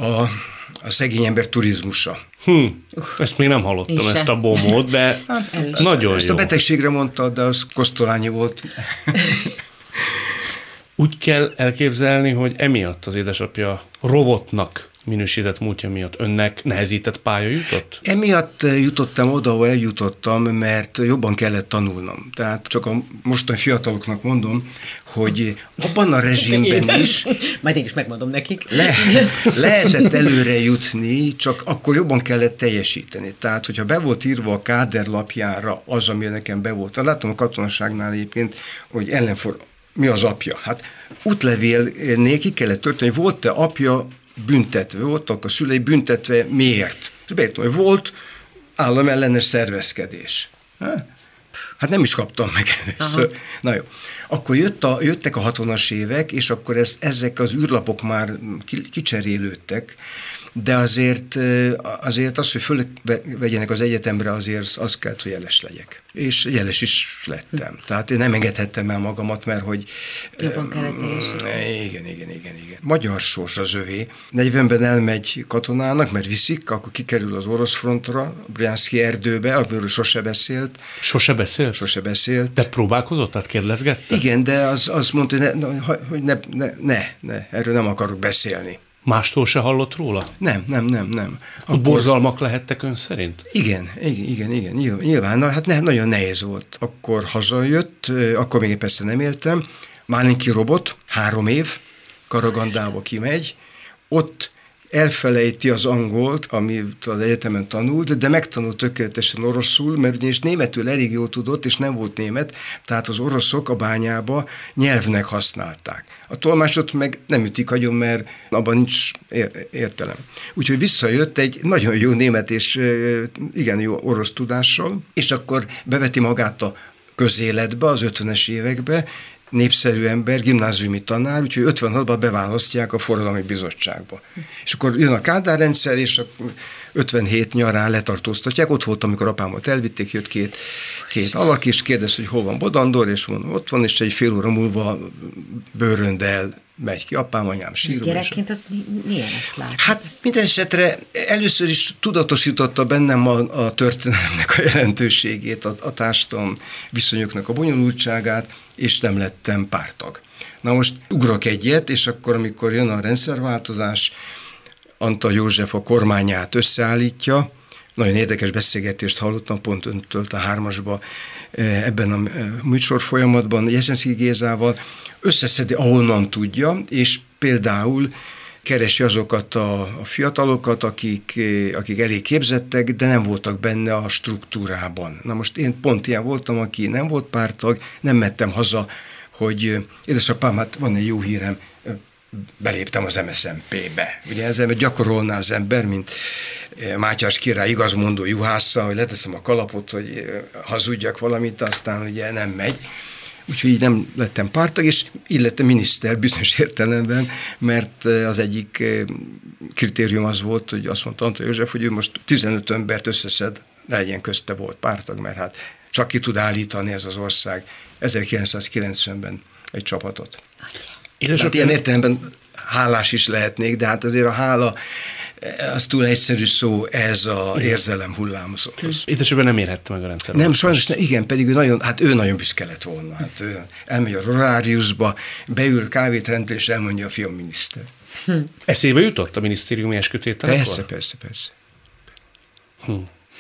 a szegény ember turizmusa. Hm, ezt még nem hallottam, Ise. ezt a bomót, de hát, nagyon ezt jó. A betegségre mondta, de az Kosztolányi volt. Úgy kell elképzelni, hogy emiatt az édesapja rovotnak minősített múltja miatt önnek nehezített pálya jutott? Emiatt jutottam oda, ahol eljutottam, mert jobban kellett tanulnom. Tehát csak a mostani fiataloknak mondom, hogy abban a rezsimben is... Majd én is megmondom nekik. Le, lehetett előre jutni, csak akkor jobban kellett teljesíteni. Tehát, hogyha be volt írva a káderlapjára az, ami nekem be volt. Látom a katonaságnál egyébként, hogy ellenfor mi az apja? Hát útlevélnél ki kellett történni, volt-e apja büntetve, voltak a szülei büntetve, miért? És beírtam, hogy volt államellenes szervezkedés. Hát nem is kaptam meg először. Aha. Na jó. Akkor jött a, jöttek a hatvanas évek, és akkor ez, ezek az űrlapok már kicserélődtek, de azért, azért az, hogy fölvegyenek az egyetemre, azért az kellett, hogy jeles legyek. És jeles is lettem. Hm. Tehát én nem engedhettem el magamat, mert hogy... Jobban kellett teljesíteni. Igen, igen, igen, igen. Magyar sors az övé. negyvenben elmegy katonának, mert viszik, akkor kikerül az orosz frontra, Bryanszki erdőbe, amiről sose beszélt. Sose beszélt? Sose beszélt. Te próbálkozott, tehát kérdezgette? Igen, de az, azt mondta, hogy, ne, hogy ne, ne, ne, ne, erről nem akarok beszélni. Mástól se hallott róla? Nem, nem, nem, nem. Akkor... borzalmak lehettek ön szerint? Igen, igen, igen, igen. Nyilván, na, hát ne, nagyon nehéz volt. Akkor hazajött, akkor még persze nem éltem, Málinki robot, három év, Karagandába kimegy, ott elfelejti az angolt, amit az egyetemen tanult, de megtanult tökéletesen oroszul, mert ugyanis németül elég jól tudott, és nem volt német, tehát az oroszok a bányába nyelvnek használták. A tolmácsot meg nem ütik agyon, mert abban nincs értelem. Úgyhogy visszajött egy nagyon jó német és igen jó orosz tudással, és akkor beveti magát a közéletbe, az ötvenes évekbe, népszerű ember, gimnáziumi tanár, úgyhogy ötvenhatban beválasztják a forradalmi bizottságba. És akkor jön a Kádár rendszer, és ötvenhét nyarán letartóztatják. Ott volt, amikor apámat elvitték, jött két, két alak, és kérdez, hogy hol van Bodandor, és mondom, ott van, és egy fél óra múlva bőröndel megy ki, apám, anyám sírva. Gyerekként az mi, milyen ezt látni? Hát minden esetre először is tudatosította bennem a, a történelemnek a jelentőségét, a, a társadalom viszonyoknak a bonyolultságát, és nem lettem párttag. Na most ugrok egyet, és akkor, amikor jön a rendszerváltozás, Antall József a kormányát összeállítja, nagyon érdekes beszélgetést hallottam pont öntől a hármasba ebben a műsor folyamatban, Jeszenszky Gézával, összeszedi, ahonnan tudja, és például keresi azokat a, a fiatalokat, akik, akik elég képzettek, de nem voltak benne a struktúrában. Na most én pont ilyen voltam, aki nem volt párttag, nem mentem haza, hogy édesapám, hát van egy jó hírem, beléptem az em es zé en pé-be. Ugye ezzel gyakorolná az ember, mint Mátyás király igazmondó juhásza, hogy leteszem a kalapot, hogy hazudjak valamit, aztán ugye nem megy. Úgyhogy így nem lettem párttag, és így lettem miniszter bizonyos értelemben, mert az egyik kritérium az volt, hogy azt mondta Antall József, hogy ő most tizenöt embert összeszed, ne legyen közte volt párttag, mert hát csak ki tud állítani ez az ország ezerkilencszázkilencvenben egy csapatot. Hát ilyen értelemben hálás is lehetnék, de hát azért a hála az túl egyszerű szó, ez a érzelem hullámzóhoz. Édesében nem érhette meg a rendszer. Nem, sajnos nem, igen, pedig ő nagyon, hát ő nagyon büszke lett volna. Hát ő elmegy a Roráriusba, beül, kávét rendel, és elmondja a fiam miniszter. Hm. Eszébe jutott a minisztériumi eskütételekor? Persze, persze, persze. Hm.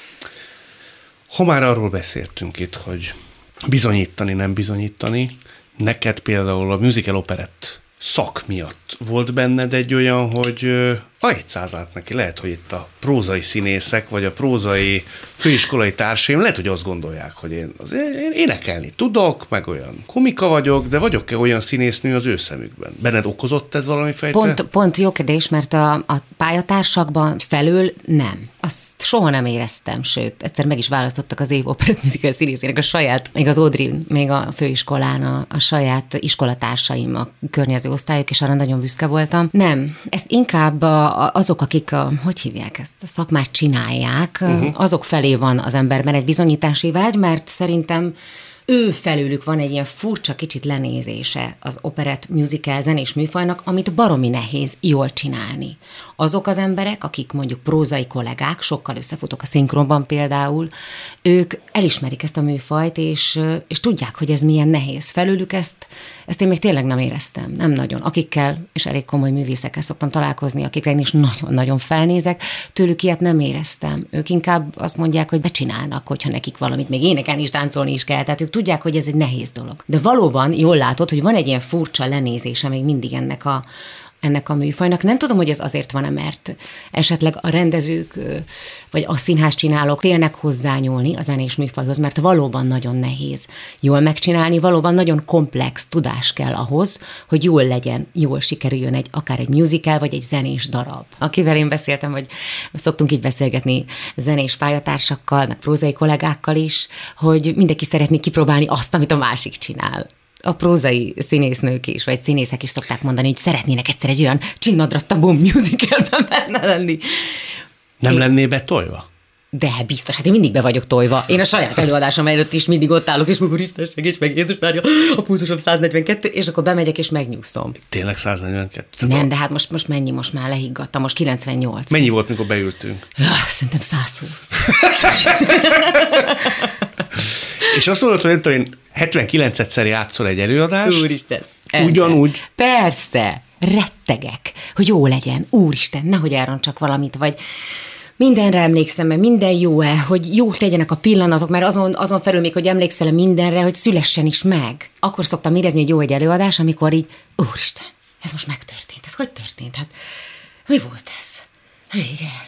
Ha már arról beszéltünk itt, hogy bizonyítani, nem bizonyítani, neked például a musical operett szak miatt volt benned egy olyan, hogy a egy százát neki, lehet, hogy itt a prózai színészek, vagy a prózai főiskolai társaim lehet, hogy azt gondolják, hogy én, az, én énekelni tudok, meg olyan komika vagyok, de vagyok-e olyan színésznő az ő szemükben? Benned okozott ez valami fejte? Pont, pont jó kérdés, mert a, a pályatársakban felül nem. Azt soha nem éreztem, sőt, egyszer meg is választottak az év operett musical színészének a saját, még az Audrey, még a főiskolán a, a saját iskolatársaim, a környező osztályok, és arra nagyon büszke voltam. Nem, ezt inkább a, azok, akik, a, hogy hívják ezt, a szakmát csinálják, uh-huh. azok felé van az emberben egy bizonyítási vágy, mert szerintem ő felőlük van egy ilyen furcsa kicsit lenézése az operett musical zenés műfajnak, amit baromi nehéz jól csinálni. Azok az emberek, akik mondjuk prózai kollégák, sokkal összefutok a szinkronban például, ők elismerik ezt a műfajt, és, és tudják, hogy ez milyen nehéz. Felőlük ezt, ezt én még tényleg nem éreztem, nem nagyon. Akikkel, és elég komoly művészekkel szoktam találkozni, akikre én is nagyon-nagyon felnézek, tőlük ilyet nem éreztem. Ők inkább azt mondják, hogy becsinálnak, hogyha nekik valamit még énekelni is, táncolni is kell. Tehát ők tudják, hogy ez egy nehéz dolog. De valóban jól látod, hogy van egy ilyen furcsa lenézése még mindig ennek a ennek a műfajnak. Nem tudom, hogy ez azért van-e, mert esetleg a rendezők vagy a színház csinálók félnek hozzányúlni a zenés műfajhoz, mert valóban nagyon nehéz jól megcsinálni, valóban nagyon komplex tudás kell ahhoz, hogy jól legyen, jól sikerüljön egy, akár egy musical, vagy egy zenés darab. Akivel én beszéltem, hogy szoktunk így beszélgetni zenés pályatársakkal, meg prózai kollégákkal is, hogy mindenki szeretné kipróbálni azt, amit a másik csinál. A prózai színésznők is, vagy színészek is szokták mondani, hogy szeretnének egyszer egy olyan Csinnadratta-bum musicalben benne lenni. Nem én... lenné betolva? De biztos, hát én mindig be vagyok tojva. Én a saját előadásom előtt is mindig ott állok, és úristen, segíts meg, Jézus Mária, a pulzusom száznegyvenkettő, és akkor bemegyek, és megnyugszom. Tényleg száznegyvenkettő? Nem, de hát most, most mennyi, most már lehiggadtam, most kilencvennyolc. Mennyi volt, mikor beültünk? Ja, szerintem száz húsz. És azt mondod, hogy én hetvenkilencedszer játszol egy előadást? Úristen. Ugyanúgy? Persze, rettegek, hogy jó legyen. Úristen, nehogy elrontsak valamit, vagy mindenre emlékszem, mert minden jó-e, hogy jók legyenek a pillanatok, mert azon, azon felül még, hogy emlékszel mindenre, hogy szülessen is meg. Akkor szoktam érezni, hogy jó egy előadás, amikor így, úristen, ez most megtörtént, ez hogy történt? Hát mi volt ez? Vége.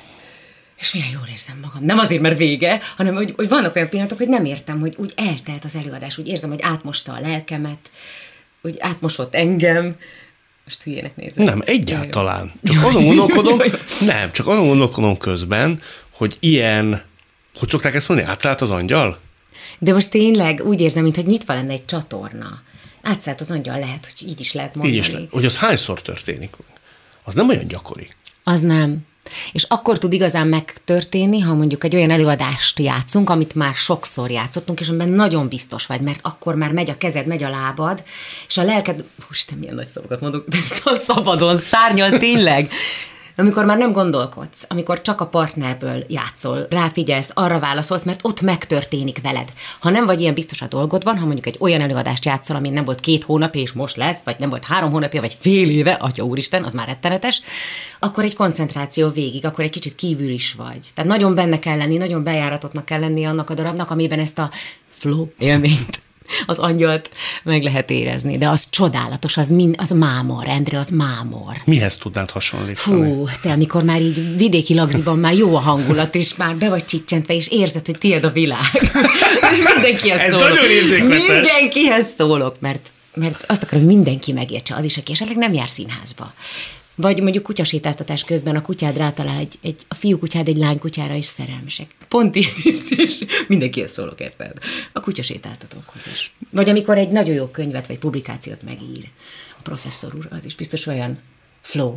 És milyen jól érzem magam. Nem azért, mert vége, hanem hogy, hogy vannak olyan pillanatok, hogy nem értem, hogy úgy eltelt az előadás, úgy érzem, hogy átmosta a lelkemet, úgy átmosott engem. Most hülyének nézem. Nem, egyáltalán. Csak azon gondolkodom, nem, csak azon gondolkodom közben, hogy ilyen, hogy szokták ezt mondani, átszállt az angyal? De most tényleg úgy érzem, mintha nyitva lenne egy csatorna. Átszállt az angyal, lehet, hogy így is lehet mondani. Így is lehet. Hogy az hányszor történik? Az nem olyan gyakori. Az nem. És akkor tud igazán megtörténni, ha mondjuk egy olyan előadást játszunk, amit már sokszor játszottunk, és amiben nagyon biztos vagy, mert akkor már megy a kezed, megy a lábad, és a lelked, hústen, milyen nagy szavakat mondok, de szabadon szárnyal tényleg. Amikor már nem gondolkodsz, amikor csak a partnerből játszol, ráfigyelsz, arra válaszolsz, mert ott megtörténik veled. Ha nem vagy ilyen biztos a dolgodban, ha mondjuk egy olyan előadást játszol, ami nem volt két hónapja és most lesz, vagy nem volt három hónapja, vagy fél éve, atya úristen, az már rettenetes, akkor egy koncentráció végig, akkor egy kicsit kívül is vagy. Tehát nagyon benne kell lenni, nagyon bejáratottnak kell lenni annak a darabnak, amiben ezt a flow élményt, az angyalt meg lehet érezni, de az csodálatos, az, mind, az mámor, Endre, az mámor. Mihez tudnád hasonlítani? Fú, te amikor már így vidéki lagziban már jó a hangulat, és már be vagy csicsentve, és érzed, hogy tiéd a világ. Mindenkihez Ez szólok. nagyon érzékletes. Mindenkihez szólok, mert, mert azt akarom, hogy mindenki megértse, az is, aki esetleg nem jár színházba. Vagy mondjuk kutyasétáltatás közben a kutyád rátalál, egy, egy, a fiú kutyád egy lány kutyára is szerelmesek. Pont ilyen is, mindenkihez szólok, érted? A kutyasétáltatókhoz is. Vagy amikor egy nagyon jó könyvet vagy publikációt megír a professzor úr, az is biztos olyan flow.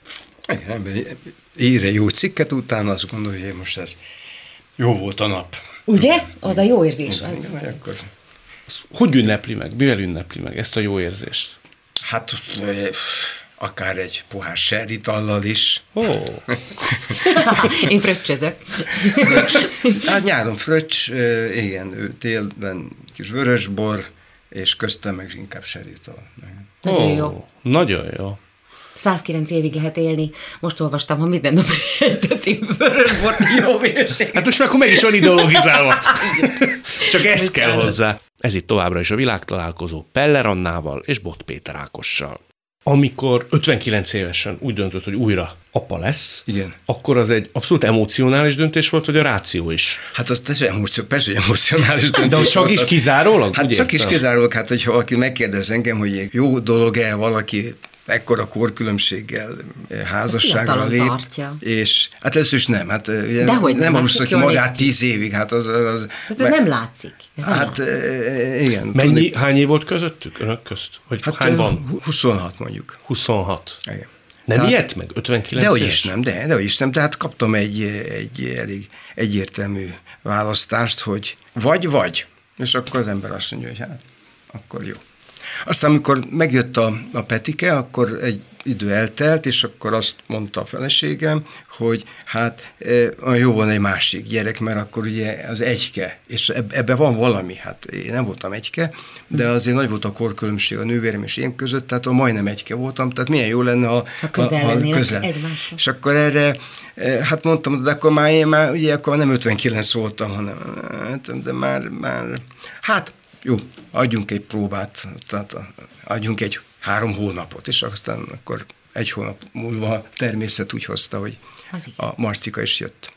Igen, ír egy jó cikket, utána azt gondolja, hogy most ez jó volt a nap. Ugye? Az a jó érzés. Igen, Az. igen, akkor... Hogy ünnepli meg? Mivel ünnepli meg ezt a jó érzést? Hát akár egy pohár serritallal is. Ó. Oh. Én fröccsözök. Hát nyáron fröccs, igen, télben kis vörösbor, és köztem meg inkább serrital. Nagyon oh, jó. Nagyon jó. százkilenc évig lehet élni. Most olvastam, ha minden nap egy deci vörösbort jó minőség. Hát most már akkor meg is van ideologizálva. Csak ez kell hozzá. Ez itt továbbra is a világtalálkozó Peller Annával és Bot Péter Ákossal. Amikor ötvenkilenc évesen úgy döntött, hogy újra apa lesz, igen, akkor az egy abszolút emocionális döntés volt, vagy a ráció is? Hát az persze, emóció, persze emocionális döntés. De az csak is kizárólag? Hát csak is kizárólag, hát hogyha valaki megkérdez engem, hogy jó dolog-e valaki ekkora korkülönbséggel házasságra lép, tartja. És hát először is nem. Hát ugye Dehogy nem valószínű, ki magát ki. tíz évig. Hát az, az, hát ez nem látszik. Ez nem hát látszik. igen. Mennyi, tudni, hány év volt közöttük önök közt? Hogy hát hány van? huszonhat mondjuk. huszonhat. Igen. Nem tehát, ilyet meg? ötvenkilenc Dehogy éves? is nem, de, dehogy is nem. Tehát kaptam egy, egy elég egyértelmű választást, hogy vagy-vagy. És akkor az ember azt mondja, hogy hát, akkor jó. Aztán, amikor megjött a, a Petike, akkor egy idő eltelt, és akkor azt mondta a feleségem, hogy hát e, jó van egy másik gyerek, mert akkor ugye az egyke, és ebben van valami, hát én nem voltam egyke, de azért nagy volt a korkülönbség a nővérem és én között, tehát a majdnem egyke voltam, tehát milyen jó lenne, ha, ha közel lennének közel. egymáshoz. És akkor erre, hát mondtam, de akkor már én már, ugye akkor nem ötvenkilenc voltam, hanem, de már, már, hát jó, adjunk egy próbát, tehát adjunk egy három hónapot, és aztán akkor egy hónap múlva a természet úgy hozta, hogy a Marcika is jött.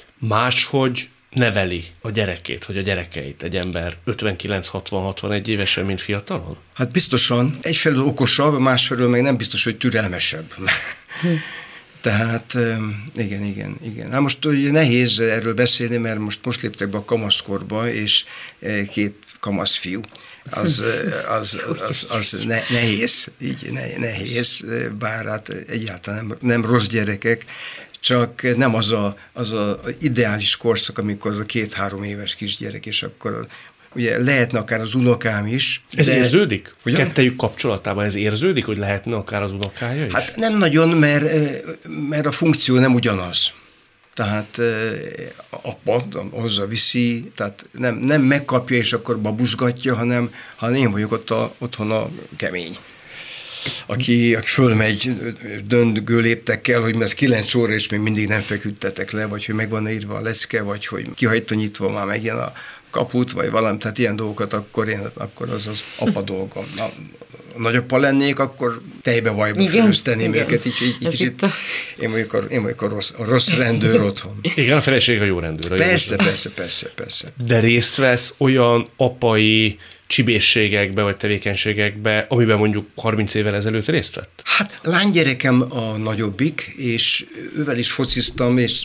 Máshogy neveli a gyerekét, vagy a gyerekeit egy ember ötvenkilenc hatvan hatvanegy évesen, mint fiatalon? Hát biztosan egyfelől okosabb, másfelől meg nem biztos, hogy türelmesebb. Hm. Tehát igen, igen, igen. Hát most ugye nehéz erről beszélni, mert most, most léptek be a kamaszkorba, és két kamasz fiú. Az, az, az, az ne, nehéz, így ne, nehéz, bár hát egyáltalán nem, nem rossz gyerekek, csak nem az a, az a ideális korszak, amikor az a két-három éves kisgyerek, és akkor ugye lehetne akár az unokám is. Ez de... érződik? Ugyan? Kettejük kapcsolatában ez érződik, hogy lehetne akár az unokája is? Hát nem nagyon, mert, mert a funkció nem ugyanaz. Tehát apa hozza viszi, tehát nem, nem megkapja és akkor babusgatja, hanem, hanem én vagyok ott a, otthon a kemény. Aki, aki fölmegy döntgő léptekkel, hogy ez kilenc óra és még mindig nem feküdtetek le, vagy hogy meg van írva a leszke, vagy hogy kihagyta nyitva már megjön a kaput, vagy valami, tehát ilyen dolgokat, akkor én, akkor az az apa dolgom. Na, nagyapa lennék, akkor tejbe vajba főzteném őket, így, így, így kicsit, én vagyok a, én vagyok a, rossz, a rossz rendőr otthon. Igen, a feleség a jó rendőr. A persze, jó persze, persze, persze. De részt vesz olyan apai csibészségekbe, vagy tevékenységekbe, amiben mondjuk harminc évvel ezelőtt részt vett? Hát lánygyerekem a nagyobbik, és ővel is fociztam, és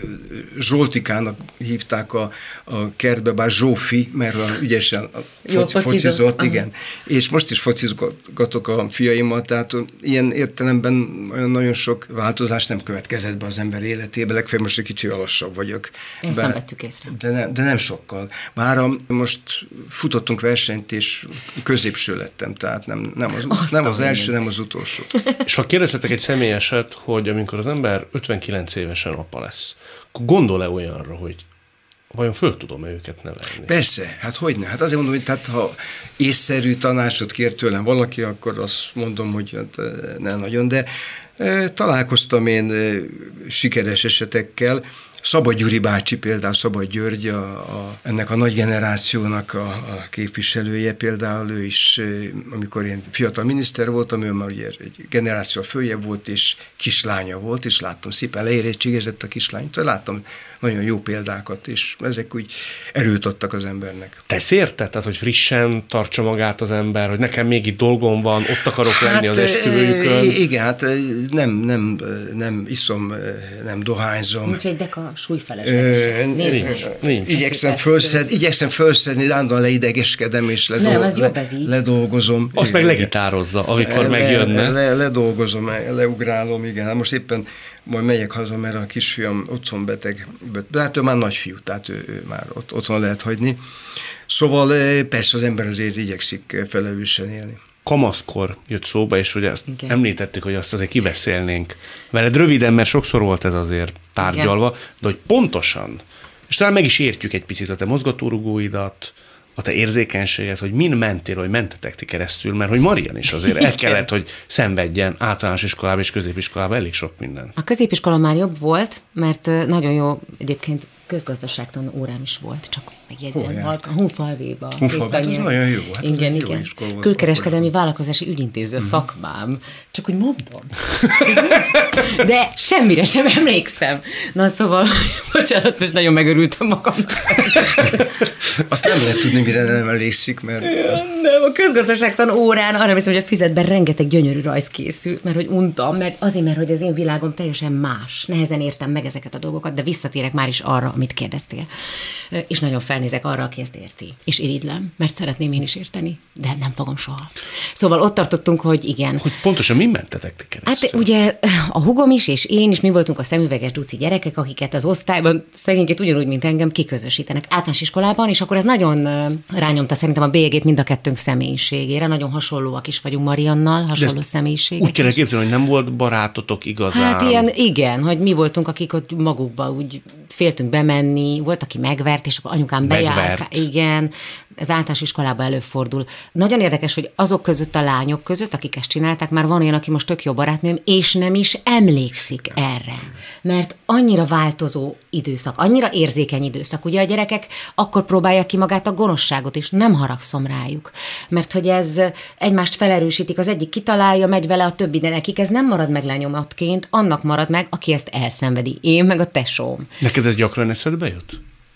Zsoltikának hívták a, a kertbe, bár Zsófi, mert olyan ügyesen foci, focizott, igen. És most is focizgatok a fiaimmal, tehát ilyen értelemben olyan nagyon sok változás nem következett be az ember életébe, legfeljebb most egy kicsi lassabb vagyok. Ezt nem vettük észre. De, ne, de nem sokkal. Bár most futottunk versenyt, és középső lettem, tehát nem, nem az, nem az első, nem az utolsó. És ha kérdezhetek egy személyeset, hogy amikor az ember ötvenkilenc évesen apa lesz, akkor gondol-e olyanra, hogy vajon föl tudom-e őket nevelni? Persze, hát hogyne. Hát azért mondom, hogy tehát, ha észszerű tanácsot kér tőlem valaki, akkor azt mondom, hogy hát, nem nagyon, de e, találkoztam én e, sikeres esetekkel. Szabad Gyuri bácsi például, Szabad György, a, a, ennek a nagy generációnak a, a képviselője például, ő is, amikor én fiatal miniszter voltam, ő már ugye egy generáció följebb volt, és kislánya volt, és láttam, szépen leérettségizett a kislányt, láttam nagyon jó példákat, és ezek úgy erőt adtak az embernek. Tesz érte? Tehát, hogy frissen tartsa magát az ember, hogy nekem még itt dolgom van, ott akarok hát, lenni az esküvőjükön? Igen, hát nem, nem, nem iszom, nem dohányzom. Nincs egy deka súlyfelesleges. Nincs. Nincs. Igyekszem, fölszed, igyekszem fölszedni, állandóan leidegeskedem, és ledol, nem, ez le, jobb ez így. ledolgozom. Azt igen, meg legitározza, amikor le, megjönne. Le, le, ledolgozom, leugrálom, igen. Hát most éppen majd megyek haza, mert a kisfiam otthon beteg, de hát ő már nagyfiú, tehát ő, ő már ott, otthon lehet hagyni. Szóval persze az ember azért igyekszik felelősen élni. Kamaszkor jött szóba, és ugye igen. említettük, hogy azt azért kibeszélnénk veled röviden, mert sokszor volt ez azért tárgyalva, igen. de hogy pontosan, és talán meg is értjük egy picit a te mozgatórugóidat, a te érzékenységet, hogy min mentél, hogy mentetek ti keresztül, mert hogy Marian is azért el kellett, hogy szenvedjen általános iskolában és középiskolában elég sok minden. A középiskola már jobb volt, mert nagyon jó egyébként közgazdaságtan órám is volt, csak megjegyzem, a Hunfalvéba. Hunfalvéba, ez nagyon jó. Hát igen, jó igen. Külkereskedelmi vállalkozási ügyintéző uh-huh. szakmám. Csak úgy mondom. De semmire sem emlékszem. Na szóval, bocsánat, most nagyon megörültem magamnak. Azt nem lehet tudni, mire nem emlékszik, mert... Azt... Nem, a közgazdaságtan órán arra hiszem, hogy a füzetben rengeteg gyönyörű rajz készül, mert hogy untam, mert azért, mert hogy az én világom teljesen más. Nehezen értem meg ezeket a dolgokat, de visszatérek már is arra, amit kérdeztél. És nagyon felnézek arra, aki ezt érti. És irigylem, mert szeretném én is érteni, de nem fogom soha. Szóval ott tartottunk, hogy igen. Hogy pontosan mi mentetek ti keresztül? Hát ugye a hugom is, és én is, mi voltunk a szemüveges duci gyerekek, akiket az osztályban szegényként ugyanúgy, mint engem kiközösítenek általános iskolában, és akkor ez nagyon rányomta szerintem a bélyegét mind a kettőnk személyiségére. Nagyon hasonlóak is vagyunk Mariannal, hasonló személyiségek. Úgy kell képzelni, hogy nem volt barátotok igazán. Hát ilyen, igen, hogy mi voltunk, akik ott magukba úgy féltünk bemenni, volt, aki megvert, és akkor anyukám bejárt. Igen, ez általános iskolában előfordul. Nagyon érdekes, hogy azok között a lányok között, akik ezt csinálták, már van olyan, aki most tök jó barátnőm, és nem is emlékszik erre. Mert annyira változó időszak, annyira érzékeny időszak. Ugye a gyerekek akkor próbálják ki magát a gonoszságot, és nem haragszom rájuk. Mert hogy ez egymást felerősítik, az egyik kitalálja, megy vele a többi, de nekik ez nem marad meg lenyomatként, annak marad meg, aki ezt elszenvedi. Én meg a tesóm. Neked ez gyakran eszedbe jut?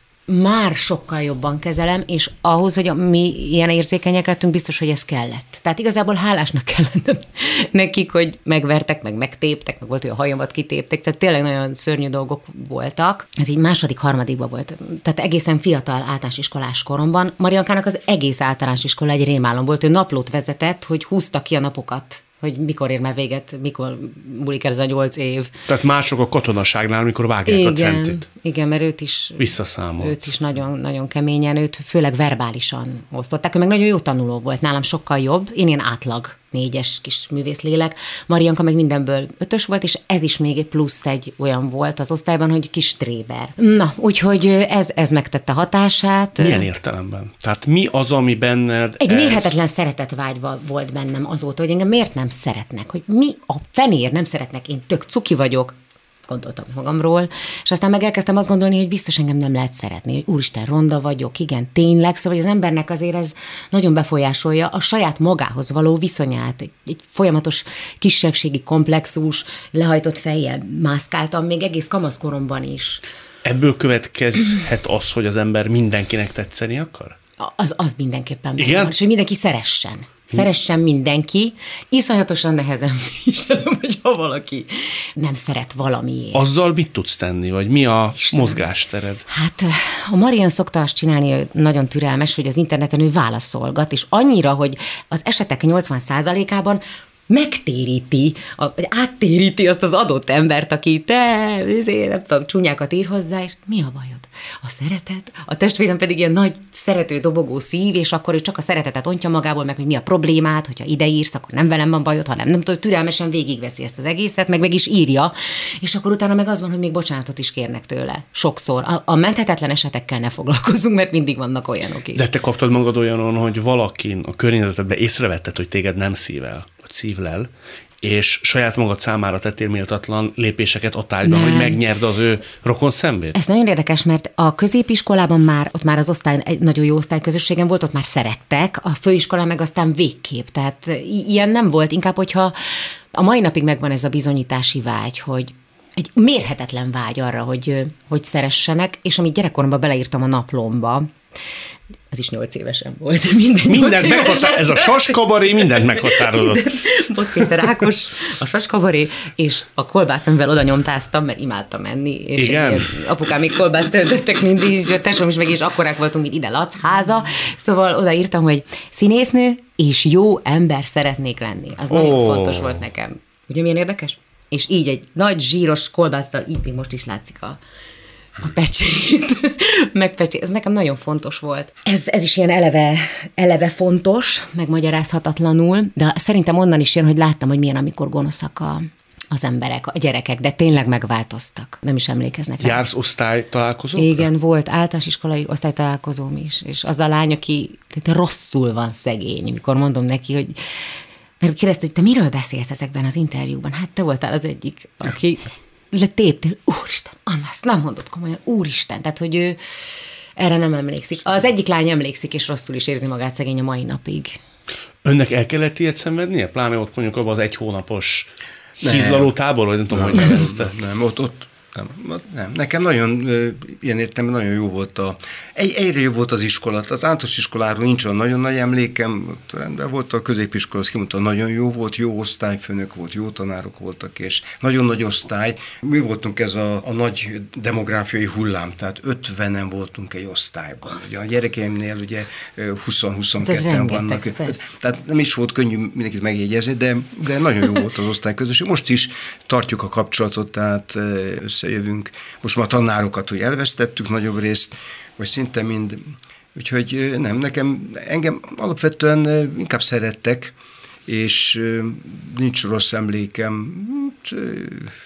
Már sokkal jobban kezelem, és ahhoz, hogy mi ilyen érzékenyek lettünk, biztos, hogy ez kellett. Tehát igazából hálásnak kellett nekik, hogy megvertek, meg megtéptek, meg volt, hogy a hajamat kitéptek, tehát tényleg nagyon szörnyű dolgok voltak. Ez így második, harmadikban volt. Tehát egészen fiatal általános iskolás koromban. Mariankának az egész általános iskola egy rémálom volt. Ő naplót vezetett, hogy húzta ki a napokat, hogy mikor ér már véget, mikor múlik el ez a nyolc év. Tehát mások a katonaságnál, amikor vágják igen, a centit. Igen, mert őt is... Visszaszámolt. Őt is nagyon, nagyon keményen, őt főleg verbálisan osztották. Ő meg nagyon jó tanuló volt, nálam sokkal jobb. Én ilyen átlag négyes kis művészlélek. Marianka meg mindenből ötös volt, és ez is még egy plusz egy olyan volt az osztályban, hogy kis tréber. Na, úgyhogy ez, ez megtette hatását. Milyen értelemben? Tehát mi az, ami benned... Egy ez... mérhetetlen szeretetvágy volt bennem azóta, hogy engem miért nem szeretnek, hogy mi a fenér nem szeretnek, én tök cuki vagyok, gondoltam magamról, és aztán meg elkezdtem azt gondolni, hogy biztos engem nem lehet szeretni, hogy úristen, ronda vagyok, igen, tényleg, szóval az embernek azért ez nagyon befolyásolja a saját magához való viszonyát. Egy, egy folyamatos kisebbségi komplexus, lehajtott fejjel mászkáltam még egész kamaszkoromban is. Ebből következhet az, hogy az ember mindenkinek tetszeni akar? Az, az mindenképpen benne igen? van, és hogy mindenki szeressen. Szeressen mindenki, iszonyatosan nehezen viselem, hogyha valaki nem szeret valamiért. Azzal mit tudsz tenni, vagy mi a Istenem. mozgástered? Hát a Marian szokta azt csinálni, hogy nagyon türelmes, hogy az interneten ő válaszolgat, és annyira, hogy az esetek nyolcvan százalékában megtéríti, vagy áttéríti azt az adott embert, aki te, nem tudom, csúnyákat ír hozzá, és mi a bajod? A szeretet? A testvérem pedig ilyen nagy szerető dobogó szív, és akkor ő csak a szeretetet ontja magából, meg hogy mi a problémát, hogyha ide írsz, akkor nem velem van bajod, hanem nem tudom, türelmesen végigveszi ezt az egészet, meg meg is írja, és akkor utána meg az van, hogy még bocsánatot is kérnek tőle. Sokszor. A, a menthetetlen esetekkel ne foglalkozzunk, mert mindig vannak olyanok is. De te kaptad magad olyanon, hogy valakin a környezetedben észrevetted, hogy téged nem szível, vagy szívlel, és saját magad számára tettél méltatlan lépéseket a tájban, hogy megnyerd az ő rokon szembét? Ez nagyon érdekes, mert a középiskolában már, ott már az osztály, egy nagyon jó osztályközösségem volt, ott már szerettek, a főiskolán meg aztán végképp, tehát i- ilyen nem volt, inkább, hogyha a mai napig megvan ez a bizonyítási vágy, hogy egy mérhetetlen vágy arra, hogy, hogy szeressenek, és amit gyerekkoromban beleírtam a naplomba, az is nyolc évesen volt. Minden mindent meghatár, ez a saskabaré mindent meghatározott. Bot Péter Ákos, a saskabaré, és a kolbászt, amivel oda nyomtáztam, mert imádtam enni. És igen? Apukám még kolbászt töltöttek mindig, és a tesóm is meg is akkorák voltunk, mint ide Lac háza. Szóval odaírtam, hogy színésznő és jó ember szeretnék lenni. Az oh. nagyon fontos volt nekem. Ugye milyen érdekes? És így egy nagy zsíros kolbásszal, így még most is látszik a a pecsét, megpecsét. Ez nekem nagyon fontos volt. Ez, ez is ilyen eleve, eleve fontos, megmagyarázhatatlanul, de szerintem onnan is jön, hogy láttam, hogy milyen, amikor gonoszak a, az emberek, a gyerekek, de tényleg megváltoztak. Nem is emlékeznek. Jársz osztálytalálkozókra? Igen, volt általános iskolai osztálytalálkozóm is, és az a lány, aki rosszul van szegény, mikor mondom neki, hogy mert kérdezte, hogy te miről beszélsz ezekben az interjúban? Hát te voltál az egyik, aki letéptél. Úristen, Anna, ezt nem mondott komolyan. Úristen, tehát, hogy ő erre nem emlékszik. Az egyik lány emlékszik, és rosszul is érzi magát szegény a mai napig. Önnek el kellett ilyet szenvednie? Pláne ott mondjuk abban az egy hónapos hízlaló tábor, vagy nem tudom, hogy nevezte. Nem, nem, ott, ott nem, nem. Nekem nagyon, ilyen értelemben nagyon jó volt a, egy, egyre jó volt az iskola. Az általános iskoláról nincs olyan nagyon nagy emlékem, rendben volt a középiskola, azt kimondta, nagyon jó volt, jó osztályfőnök volt, jó tanárok voltak, és nagyon nagy osztály. Mi voltunk ez a, a nagy demográfiai hullám, tehát ötvenen voltunk egy osztályban. Ugye a gyerekeimnél ugye húsz-huszonketten vannak. Tehát nem is volt könnyű mindenkit megjegyezni, de, de nagyon jó volt az osztályközösség. Most is tartjuk a kapcsolatot, tehát összejövünk. Most már tanárokat, hogy elvesztettük nagyobb részt, vagy szinte mind. Úgyhogy nem, nekem, engem alapvetően inkább szerettek, és nincs rossz emlékem.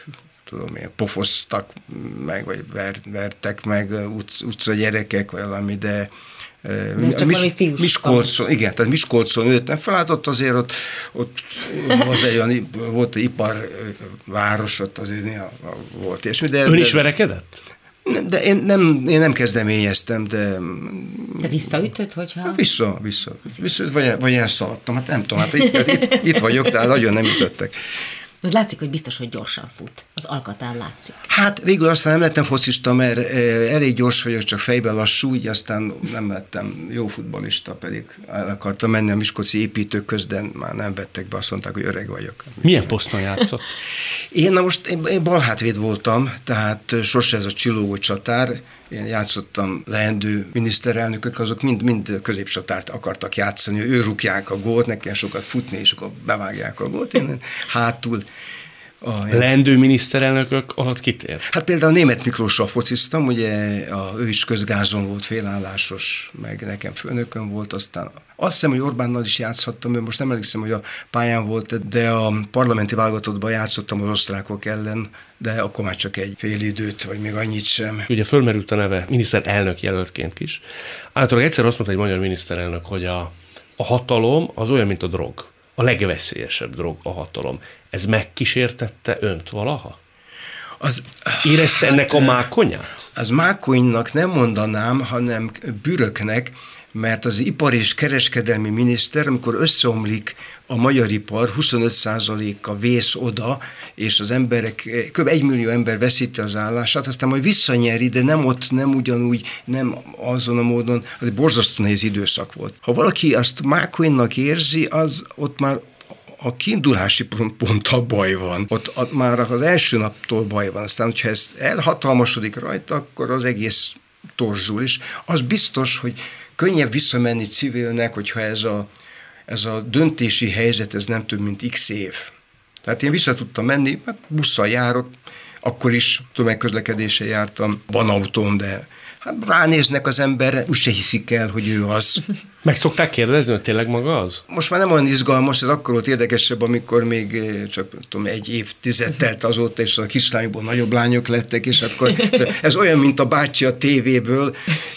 tudom én, pofoztak meg, vagy ver, vertek meg utc, utca gyerekek, vagy valami, de csak Mis- Miskolcon, igen, tehát Miskolcon nőttem fel, hát ott azért ott, ott az egy olyan, volt egy iparváros, ott azért néha volt ilyesmi. De, Ön de, is verekedett? De én nem, én nem kezdeményeztem, de... De visszaütött, hogyha... Vissza, vissza. vissza vagy, vagy elszaladtam, hát nem tudom, hát itt, itt, itt vagyok, tehát nagyon nem ütöttek. Az látszik, hogy biztos, hogy gyorsan fut. Az alkatán látszik. Hát végül aztán nem lettem focista, mert elég gyors vagyok, csak fejben lassú, így aztán nem lettem jó futballista, pedig el akartam menni a miskolci építők közben, már nem vettek be, azt mondták, hogy öreg vagyok. Milyen poszton játszott? Én na most én balhátvéd voltam, tehát sose ez a csillogó csatár. Én játszottam leendő miniszterelnökök, azok mind, mind középcsatárt akartak játszani, ő rúgják a gólt, nekem sokat futni, és akkor bevágják a gólt. Én hátul... A, leendő miniszterelnökök alatt kit ér? Hát például Németh Miklóssal fociztam, ugye a, ő is közgázon volt, félállásos, meg nekem főnökön volt, aztán azt hiszem, hogy Orbánnal is játszhattam, mert most nem emlékszem, hogy a pályán volt, de a parlamenti válogatottban játszottam az osztrákok ellen, de akkor már csak egy fél időt, vagy még annyit sem. Ugye fölmerült a neve miniszterelnök jelöltként is. Általában egyszer azt mondta egy magyar miniszterelnök, hogy a, a hatalom az olyan, mint a drog. A legveszélyesebb drog a hatalom. Ez megkísértette önt valaha? Az, Érezte hát, ennek a mákonyát? Az mákonynak nem mondanám, hanem büröknek, mert az ipar és kereskedelmi miniszter, amikor összeomlik a magyar ipar, huszonöt százaléka vész oda, és az emberek, kb. egy millió ember veszíti az állását, aztán majd visszanyeri, de nem ott, nem ugyanúgy, nem azon a módon, az egy borzasztó nehéz időszak volt. Ha valaki azt mákonynak érzi, az ott már a kiindulási ponttal baj van. Ott már az első naptól baj van. Aztán, hogyha ez elhatalmasodik rajta, akkor az egész torzul is. Az biztos, hogy könnyebb visszamenni civilnek, hogyha ez a, ez a döntési helyzet, ez nem több, mint x év. Tehát én vissza tudtam menni, hát busszal járok, akkor is tömegközlekedéssel jártam, van autóm, de hát ránéznek az emberre, úgyse hiszik el, hogy ő az. Meg szokták kérdezni, hogy tényleg maga az? Most már nem olyan izgalmas, ez akkor volt érdekesebb, amikor még csak tudom, egy évtized telt azóta, és a kislányokból nagyobb lányok lettek, és akkor ez olyan, mint a bácsi a tévéből.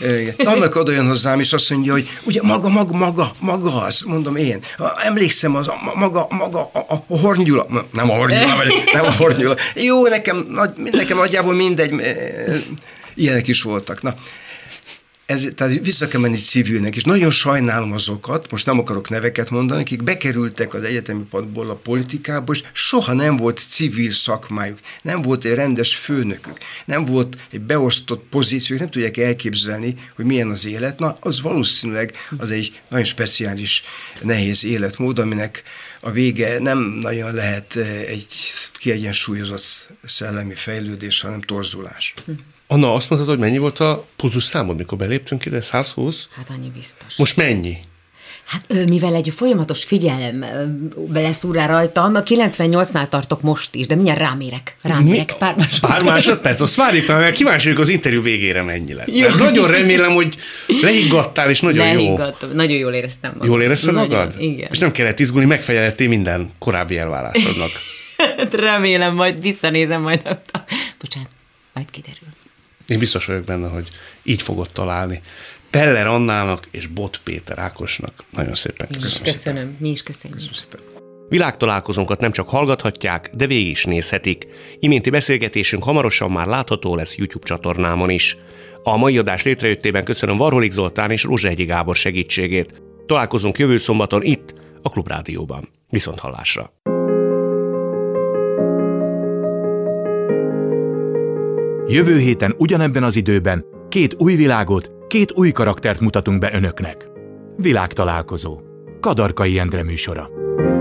Annak oda jön hozzám, és azt mondja, hogy ugye maga, maga, maga, maga az, mondom én. Emlékszem, az a, maga, maga, a, a Horngyula, nem a Horngyula, nem a Horngyula. Jó, nekem, nekem nagyjából mindegy, ilyenek is voltak. Na, ez, tehát vissza kell menni civilnek, és nagyon sajnálom azokat, most nem akarok neveket mondani, akik bekerültek az egyetemi padból a politikába, és soha nem volt civil szakmájuk, nem volt egy rendes főnökük, nem volt egy beosztott pozíciók, nem tudják elképzelni, hogy milyen az élet. Na, az valószínűleg az egy nagyon speciális, nehéz életmód, aminek a vége nem nagyon lehet egy kiegyensúlyozott szellemi fejlődés, hanem torzulás. Anna, azt mondtad, hogy mennyi volt a pulzus számod, mikor beléptünk ide? száz húsz? Hát annyi biztos. Most mennyi? Hát mivel egy folyamatos figyelem beleszúr rá rajtam, a kilencvennyolcnál tartok most is, de mindjárt rámérek. Rámérek, pár másodperc. Pár másodperc? Azt várjuk, mert kíváncsi vagyok az interjú végére mennyi lett. Nagyon remélem, hogy lehiggadtál, és nagyon jó. Lehiggadtam, nagyon jól éreztem magam. Jól érezted magad? Igen. És nem kellett izgulni, megfejelettél minden korábbi elvárásodnak. Remélem, majd visszanézem majd. Bocsánat, majd kiderül. Én biztos vagyok benne, hogy így fogod találni. Peller Annának és Bot Péter Ákosnak nagyon szépen köszönöm. Köszönöm, mi is köszönjük. Köszönöm. Világtalálkozónkat nem csak hallgathatják, de végig is nézhetik. Iménti beszélgetésünk hamarosan már látható lesz YouTube csatornámon is. A mai adás létrejöttében köszönöm Varholik Zoltán és Rózsahegyi Gábor segítségét. Találkozunk jövő szombaton itt, a Klubrádióban. Viszont hallásra! Jövő héten ugyanebben az időben két új világot, két új karaktert mutatunk be önöknek. Világtalálkozó. Kadarkai Endre műsora.